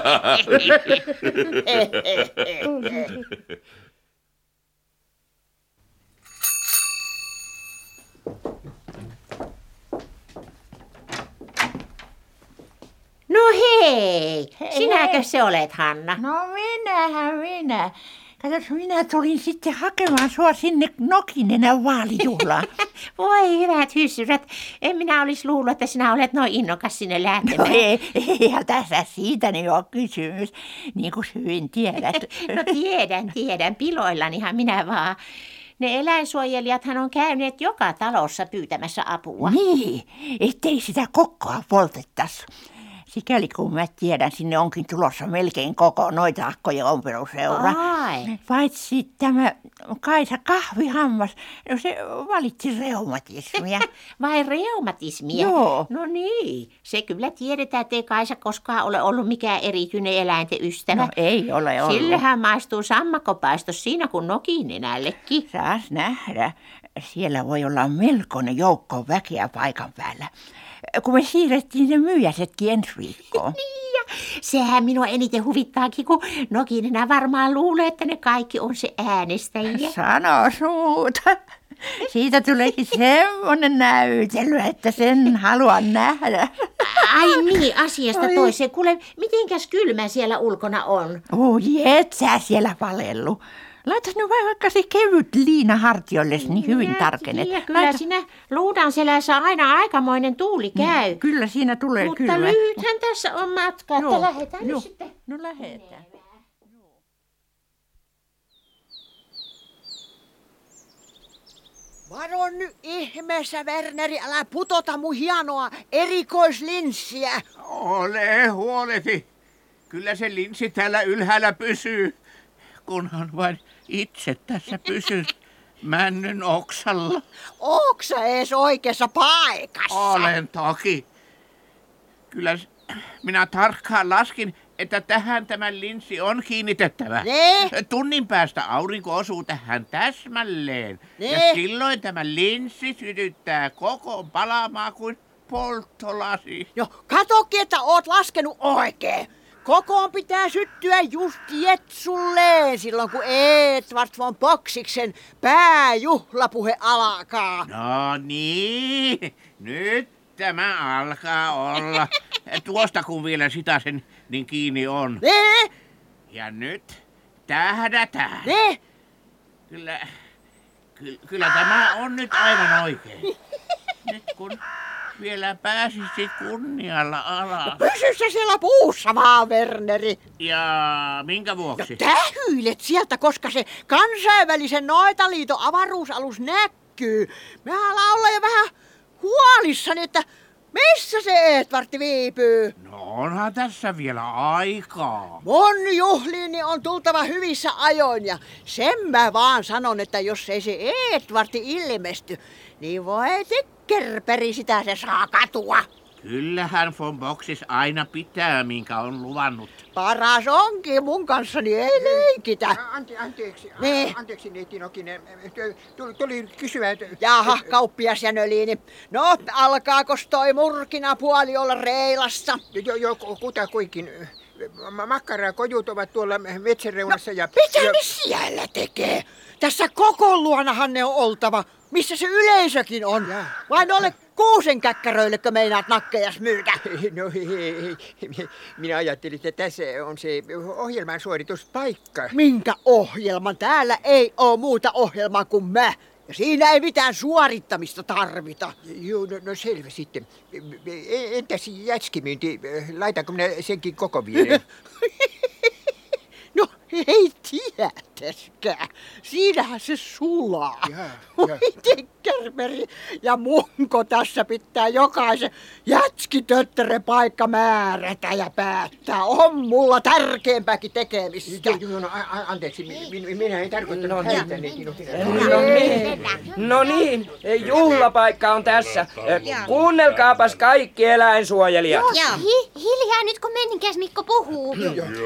No hei, hei sinäkö hei. se olet, Hanna? No minähän minä. Katos, minä tulin sitten hakemaan sua sinne Nokinenän vaalijuhlaan. Voi hyvät hyssyrät, en minä olisi luullut, että sinä olet noin innokas sinne lähtemään. No ei, eihän tässä siitä niin ole kysymys, niin kuin hyvin tiedät. No tiedän, tiedän, piloillanihan minä vaan. Ne eläinsuojelijathan on käyneet joka talossa pyytämässä apua. Niin, ettei sitä kokkoa poltettaisi. Sikäli kun mä tiedän, sinne onkin tulossa melkein koko noita akkojen ompeluseura. Ai. Paitsi tämä Kaisa Kahvihammas, no se valitsi reumatismia. Vai reumatismia? Joo. No niin, se kyllä tiedetään, ettei Kaisa koskaan ole ollut mikään erityinen eläinten ystävä. No ei ole ollut. Sillähän maistuu sammakopaistos siinä kuin Nokinenällekin. Saas nähdä. Siellä voi olla melkoinen joukko väkeä paikan päällä. Kun me siirrettiin ne myyjäsetkin ensi viikkoon. Niin, ja sehän minua eniten huvittaakin, kun Nokinenä varmaan luulee, että ne kaikki on se äänestäjiä. Sano muuta. Siitä tuleekin semmoinen näytely, että sen haluan nähdä. Ai niin, asiasta Oi. toiseen. Kuule, mitenkäs kylmä siellä ulkona on? Oi, et sä siellä valellu. Laitas nyt vaikka se kevyt liina hartioille, niin hyvin Nä, tarkenet. Ja kyllä Laita... siinä luudan selässä aina aikamoinen tuuli käy. No, kyllä siinä tulee Mutta kyllä. Mutta lyhythän tässä on matka, että lähdetään no, nyt sitten. No lähdetään. Varo nyt ihmeessä, Werneri, älä putota mun hienoa erikoislinssiä. Ole huoleti. Kyllä se linssi täällä ylhäällä pysyy. Kunhan vain itse tässä pysyy männyn oksalla. Oksa ees oikeassa paikassa? Olen toki. Kyllä minä tarkkaan laskin, että tähän tämä linssi on kiinnitettävä. Ne? Tunnin päästä aurinko osuu tähän täsmälleen. Ne? Ja silloin tämä linssi sytyttää koko palaamaan kuin polttolasi. No, katokin, että oot laskenut oikein. Kokoon pitää syttyä just jetsulleen silloin, kun Edward von Boxiksen pääjuhlapuhe alkaa. No niin, nyt tämä alkaa olla. Tuosta kun vielä sitä sen niin kiinni on. Ne? Ja nyt tähdätään. Ne? Kyllä, ky, kyllä tämä on nyt aivan oikein. Nyt kun vielä pääsisit kunnialla alas. No pysy sä siellä puussa vaan, Werneri. Ja minkä vuoksi? No tähyilet sieltä, koska se kansainvälisen Noitaliiton avaruusalus näkyy. Mä laulan jo vähän huolissani, että missä se Edvardi viipyy? No onhan tässä vielä aikaa. Mun juhliini on tultava hyvissä ajoin ja sen mä vaan sanon, että jos ei se Edvardi ilmesty, niin voi tikku tekkerperi, sitä se saa katua. Kyllähän von Boxis aina pitää, minkä on luvannut. Paras onkin, mun kanssani ei leikitä. Ante, anteeksi, Niin. anteeksi neiti Nokinen. Tuli, tuli kysyä, että... Jaha, kauppias ja nöliini. No, alkaako toi murkinapuoli olla reilassa? Jo, jo, kutakuinkin. Ma- Makkara ja kojut ovat tuolla metsän reunassa ja... Mitä ja... ne siellä tekee? Tässä koko luonahan ne on oltava. Missä se yleisökin on? Vai noille kuusenkäkkäröillekö meinaat nakkejas myydä? No hei, hei, hei. Minä ajattelin, että tässä on se ohjelman suorituspaikka. Minkä ohjelman? Täällä ei oo muuta ohjelmaa kuin mä. Ja siinä ei mitään suorittamista tarvita. Joo, no, no selvä sitten. Entäs jätskimyynti? Laitanko minä senkin koko viereen? No ei tietäskään. Siinähän se sulaa. Voi tekkerperi. Ja munko tässä pitää jokaisen jätskitöttere paikka määrätä ja päättää. On mulla tärkeämpääkin tekemistä. Joo, joo, no, a- a- anteeksi, mi- mi- minä en tarkoittanut häitä. No niin, no niin, juhlapaikka on tässä. Kuunnelkaapas kaikki eläinsuojelijat. Hi- hiljaa nyt kun Menninkäs Mikko puhuu.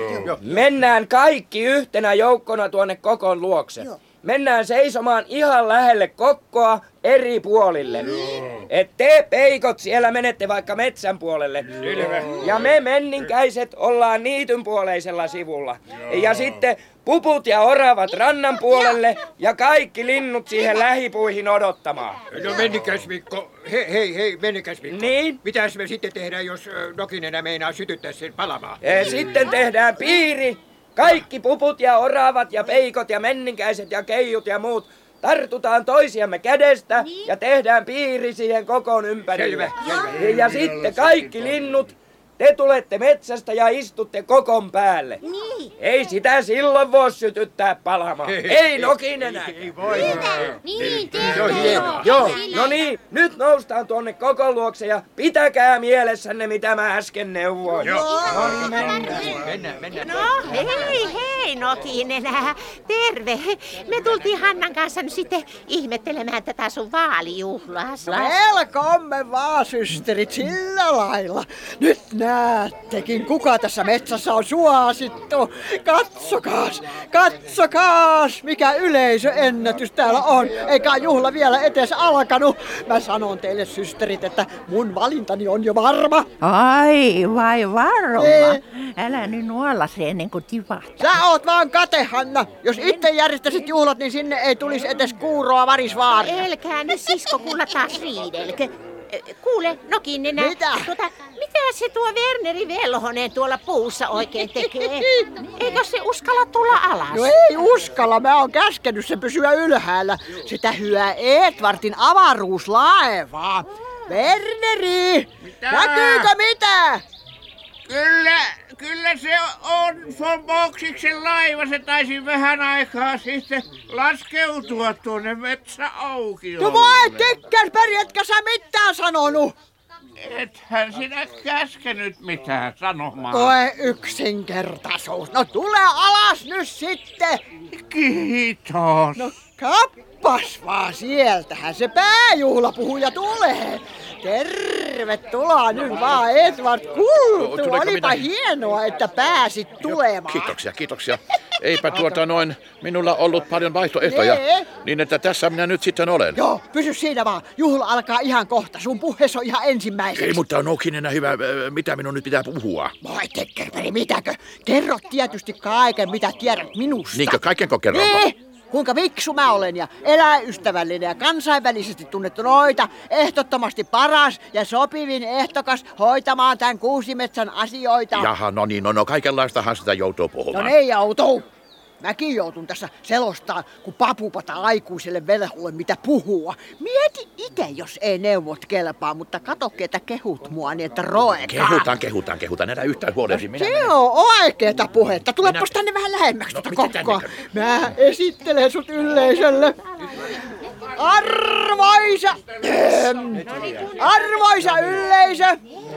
Mennään kaikki yhtenä joukkona tuonne Kokon luokse. Mennään seisomaan ihan lähelle Kokkoa eri puolille. Et te peikot siellä menette vaikka metsän puolelle. Ja me menninkäiset ollaan niityn puoleisella sivulla. Ja sitten puput ja oravat rannan puolelle ja kaikki linnut siihen lähipuihin odottamaan. No Menninkäs Mikko, hei, hei, hei, Menninkäs Mikko. Niin? Mitäs me sitten tehdään, jos ö, Nokinen meinaa sytyttää sen palamaan? Ja sitten tehdään piiri. Kaikki puput ja oravat ja peikot ja menninkäiset ja keijut ja muut tartutaan toisiamme kädestä ja tehdään piiri siihen Kokon ympärille. Selvä, selvä. Ja, ja sitten kaikki linnut, te tulette metsästä ja istutte Kokon päälle. Niin. Ei sitä silloin voi sytyttää palamaan. Ei, Ei Nokinen. Ei voi. Niin, Se on hienoa. Joo, no niin, nyt noustaan tuonne Kokon luokse ja pitäkää mielessänne mitä mä äsken neuvoin. Joo. No niin, mennään. Mennään, mennään. No hei hei Nokinen, terve. Me tultiin Hannan kanssa nyt sitten ihmettelemään tätä sun vaalijuhlaas. Velkomme vaan, systerit, sillä lailla. Nyt näettekin, kuka tässä metsässä on suosittu. Katsokaas, katsokaas, mikä yleisöennätys täällä on. Eikä juhla vielä edes alkanut. Mä sanon teille, systerit, että mun valintani on jo varma. Ai, vai varma? Ee. Älä nyt nuolla se ennen kuin tipahtaa. Sä oot vaan kate, Hanna. Jos itse järjestäisit juhlat, niin sinne ei tulisi edes kuuroa varisvaaria. Älkää nyt sisko kuulla taas riidelkö. Kuule, Nokinen, Mitä? Tuota, mitä se tuo Werneri Velhonen tuolla puussa oikein tekee? Eikö se uskalla tulla alas? No ei uskalla, mä oon käskenyt sen pysyä ylhäällä. Sitä hyää Edvardin avaruuslaivaa. Werneri! Mitä? Näkyykö mitä? Kyllä, kyllä se on von Boxiksen laiva. Se taisi vähän aikaa sitten laskeutua tuonne metsäaukiolle. No voi tekkerperi, etkä sä mitään sanonut. Ethän sinä käskenyt mitään sanomaan. Oi yksinkertaisuus. No tule alas nyt sitten. Kiitos. No kappas vaan, sieltähän se pääjuhlapuhuja tulee. Tervetuloa nyt vaan, Edvard Kultu. Tuleeko Olipa minä? hienoa, että pääsit tulemaan. Kiitoksia, kiitoksia. Eipä tuota noin minulla ollut paljon vaihtoehtoja, Nee. niin että tässä minä nyt sitten olen. Joo, pysy siinä vaan. Juhla alkaa ihan kohta. Sun puhees on ihan ensimmäiseksi. Ei, mutta Nokinen hyvä, äh, mitä minun nyt pitää puhua? Voi tekkerperi, mitäkö? Kerro tietysti kaiken, mitä tiedät minusta. Niinkö kaikenko kerronko? Niin, kuinka viksu mä olen ja eläystävällinen ja kansainvälisesti tunnettu noita, ehdottomasti paras ja sopivin ehtokas hoitamaan tämän Kuusimetsän asioita. Jaha, no niin, no, no kaikenlaistahan sitä joutuu No puhumaan. ne joutuu. Mäkin joutun tässä selostaa, kun papupata aikuiselle velholle mitä puhua. Mieti itse, jos ei neuvot kelpaa, mutta kato, ketä kehut mua niin, että roekaan. Kehutaan, kehutaan, kehutaan. Älä yhtään huolesi. Minä Se on oikeeta puhetta. Tulepas Minä- tänne vähän lähemmäksi No, tuota mitä kokkoa. tänne? Mä esittelen sut yleisölle. Arvoisa... Arvoisa yleisö!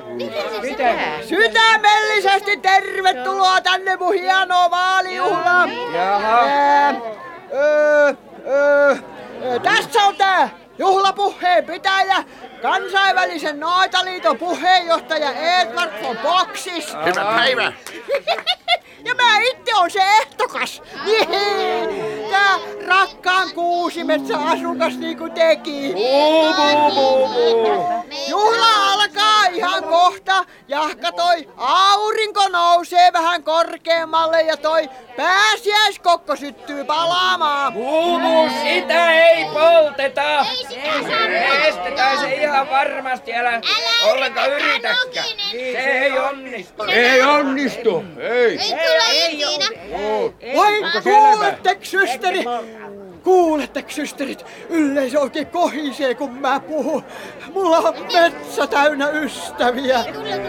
Sydämellisesti tervetuloa tänne mun hienoon vaalijuhlaan. Jaha. Ää, öö, öö, öö, tässä on tää juhlapuheen pitäjä, kansainvälisen Noitaliiton puheenjohtaja Edward von Boxis. Hyvä päivä. Ja mä itse on se ehtokas. Tää rakkaan Kuusimetsän asukas niinku teki. Buu, buu, buu, buu. Juhla alkaa ihan kohta. Jahka toi aurinko nousee vähän korkeammalle ja toi pääsiäiskokko syttyy palaamaan. Buu, buu, sitä ei polteta. Me estetään se ihan varmasti, älä ollenkaan yritäkään. Se ei onnistu. Ei onnistu. Ei. Voi kuuletteko, systeri? Kuuletteko, systerit? Yleisö oikein kohisee, kun mä puhun. Mulla on metsä täynnä ystäviä.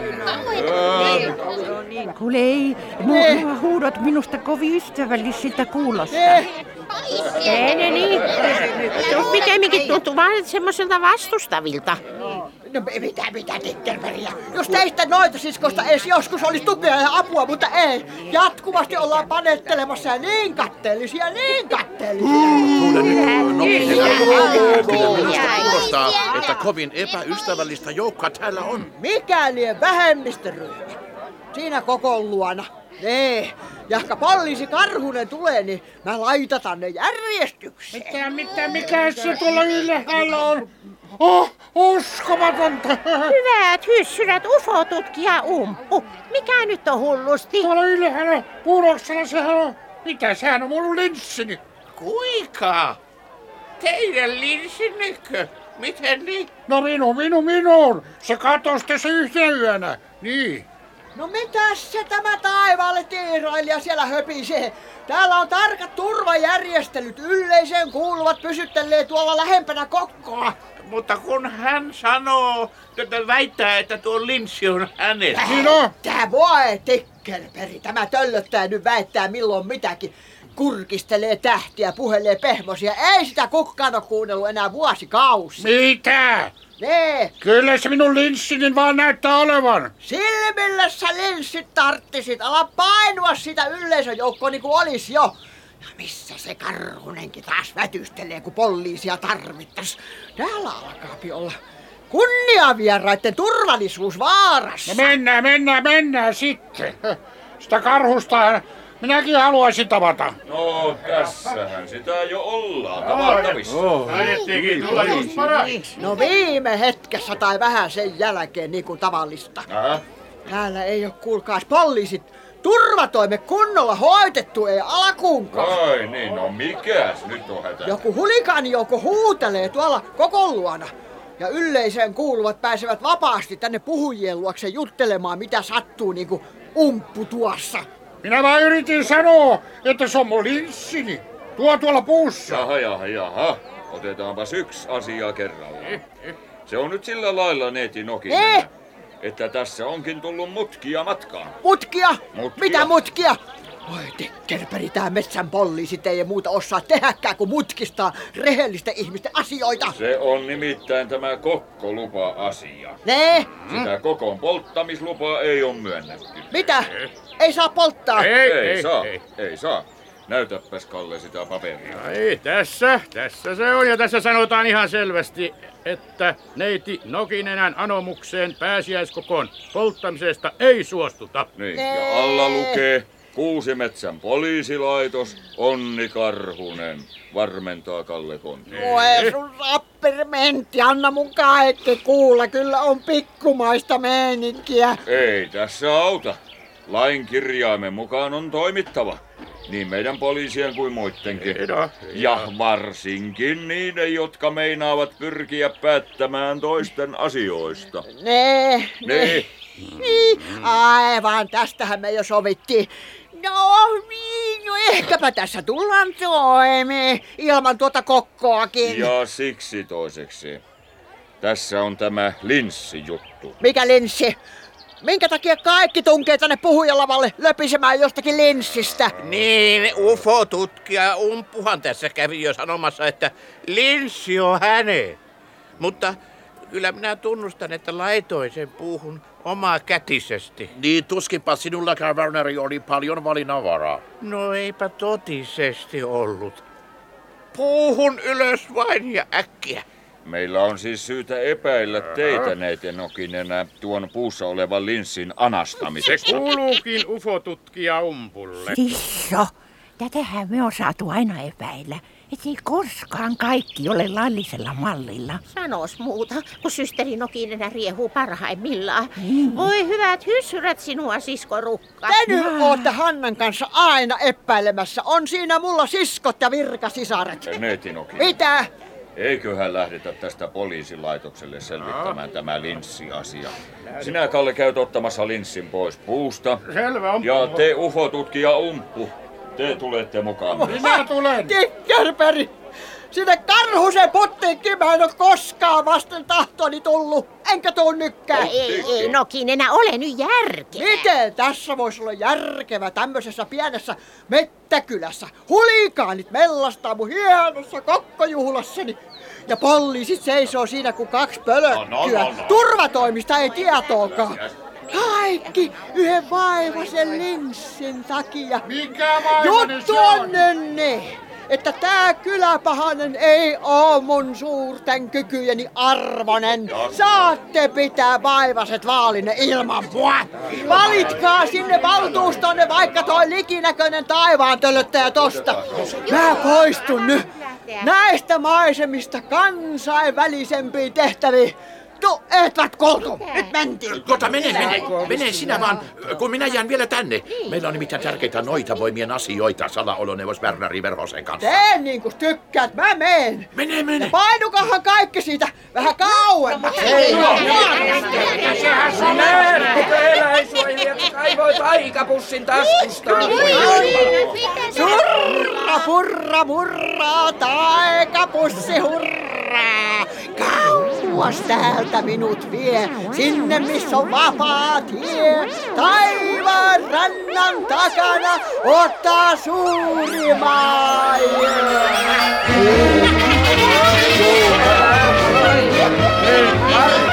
Kuule ei, nuo huudot minusta kovin ystävällisiltä kuulostaa. Ei ne niin. Pikemminkin tuntuu vaan semmoisilta vastustavilta. No mitä, mitä Tikkelbergia? Jos teistä noita siskoista edes joskus olisi tukea ja apua, mutta ei. Jatkuvasti ollaan panettelemassa ja niin katteellisia, niin katteellisia. Kuule nyt, no, kyllä minusta kuulostaa, että kovin epäystävällistä joukkoa täällä on. Mikäli vähemmistöryhmä. Siinä koko luona. Nee, jahka poliisi Karhunen tulee, niin mä laitataan ne järjestykseen. Mitä, mitä, mikä se tuolla ylhäällä on? Oh, uskomatonta! Hyvät hyssyrät, ufotutkija Umpu. Mikä nyt on hullusti? Tuolla ylhäällä puuloksella sehän on... Mitä, sehän on mun linssini. Kuinka? Teidän linssinnekö? Miten niin? No minu, minu, minun. Se katosi tässä yhtenä yönä. Niin. No mitäs se tämä taivaalle tiirailija siellä höpisee? Täällä on tarkat turvajärjestelyt. Yleisöön kuuluvat pysyttelee tuolla lähempänä kokkoa. Mutta kun hän sanoo, että väittää, että tuo linssi on hänen. Niin on. Tää voi, Tikkelperi. Tämä töllöttää nyt väittää milloin mitäkin. Kurkistelee tähtiä, puhelee pehmosia. Ei sitä kukaan ole kuunnellut enää vuosikausia. Mitä? Nee. Kyllä se minun linssini vaan näyttää olevan. Silmillä sä linssit tarttisit. Ala painua sitä yleisöjoukkoa niin kuin olis jo. Ja missä se Karhunenkin taas vätystelee, kun poliisia tarvittais. Täällä alkaapi olla kunniavieraiden turvallisuus vaarassa. No mennään, mennään, mennään sitten. Sitä Karhusta minäkin haluaisin tavata. No, tässähän sitä jo ollaan tavattavissa. Lähdettiinkin tulla just paras. No viime hetkessä tai vähän sen jälkeen niin kuin tavallista. Aha. Täällä ei oo kuulkaas poliisit turvatoime kunnolla hoitettu, ei alkuunkaan. Ai niin, no mikäs nyt on hätä? Joku hulikaanijoukko huutelee tuolla koko luona. Ja yleiseen kuuluvat pääsevät vapaasti tänne puhujien luokse juttelemaan mitä sattuu niinku umppu tuossa. Minä vaan yritin sanoa, että se on mun linssini. Tuo tuolla puussa. Jaha, jaha, jaha. Otetaanpas yksi asia kerrallaan. Se on nyt sillä lailla, neiti Nokinen, Eh? että tässä onkin tullut mutkia matkaan. Mutkia? Mutkia? Mitä mutkia? Oi Tikkelperi, tää metsän poliisit ei muuta osaa tehdäkään kuin mutkistaa rehellisten ihmisten asioita. Se on nimittäin tämä kokkolupa-asia. Nee? Sitä kokon polttamislupaa ei ole myönnetty. Mitä? Ei saa polttaa? Ei, ei, ei saa, ei. ei saa. Näytäpäs Kalle sitä paperia. Ei, tässä, tässä se on ja tässä sanotaan ihan selvästi, että neiti Nokinenän anomukseen pääsiäiskokon polttamisesta ei suostuta. Niin, ja alla lukee Kuusimetsän poliisilaitos, Onni Karhunen, varmentaa Kalle Konti. Voi sun rappermentti, anna mun kaikki kuulla, kyllä on pikkumaista meininkiä. Ei tässä auta. Lain kirjaimen mukaan on toimittava. Niin meidän poliisien kuin muidenkin. No, ja varsinkin niiden, jotka meinaavat pyrkiä päättämään toisten asioista. Nee, Niin. niin. Aivan, tästähän me jo sovittiin. No, niin, no ehkäpä tässä tullaan toimeen ilman tuota kokkoakin. Ja siksi toiseksi. Tässä on tämä linssijuttu. Mikä linssi? Minkä takia kaikki tunkee tänne puhujalavalle löpisemään jostakin linssistä? Niin, ufotutkija Umpuhan tässä kävi jo sanomassa, että linssi on hänen. Mutta kyllä minä tunnustan, että laitoin sen puuhun omaa kätisesti. Niin tuskinpa sinullakaan, Werneri, oli paljon valinnanvaraa. No eipä totisesti ollut. Puuhun ylös vain ja äkkiä. Meillä on siis syytä epäillä teitä, neiti Nokinenä, tuon puussa olevan linssin Se anastamisesta. kuuluukin ufotutkija Umpulle. Tisso, tätähän me on saatu aina epäillä. Ettei koskaan kaikki ole laillisella mallilla. Sanois muuta, kun systeri Nokinenä riehuu parhaimmillaan. Mm. Voi hyvät hyssyrät sinua, sisko Rukka. Te nyt ootte Hannan kanssa aina epäilemässä. On siinä mulla siskot ja virkasisaret. Neiti Nokinen. Mitä? Eiköhän lähdetä tästä poliisilaitokselle selvittämään tämä linssiasia. Sinä, Kalle, käyt ottamassa linssin pois puusta. Selvä on. Ja te, ufotutkija Umppu, te tulette mukaan. Minä tulen. Kikkerperi! Sinne Karhusen puttiinkin mä en oo koskaan vasten tahtoni tullut. Enkä tuu nykkään. Ei, ei, Nokinenä, ole nyt järkevä. Miten tässä voisi olla järkevä tämmöisessä pienessä mettäkylässä? Hulikaanit mellastaa mun hienossa kokkojuhlassani. Ja poliisit seisoo siinä kuin kaksi pölkkyä. No, no, no, no. Turvatoimista ei tietoakaan. Kaikki yhden vaivaisen linssin takia. Mikä vaivainen Juttu se on? on ne, että tää kyläpahanen ei oo mun suurten kykyjeni arvonen. Saatte pitää vaivaset vaalinne ilman mua. Valitkaa sinne valtuustonne vaikka toi likinäköinen taivaan tölöttäjä tosta. Mä poistun nyt näistä maisemista kansainvälisempiin tehtäviin. Tu, Edvard Koltu, nyt mentiin. Tuota, mene, mene. Mene sinä vaan, kun minä jään vielä tänne. Meillä on nimittäin tärkeitä noitavoimien asioita salaoloneuvos Bernari Verhosen kanssa. Tee niin kuin tykkäät, mä meen. Mene, mene. Ja painukahan kaikki siitä vähän kauemmas. Näettekö eläinsuojelijat kaivoi taikapussin taskustaan? Surra, purra, murra, taikapussi, hurraa. Kauas täältä minut vie, sinne missä on vapaa tie. Taivaan rannan takana ottaa suuri maa.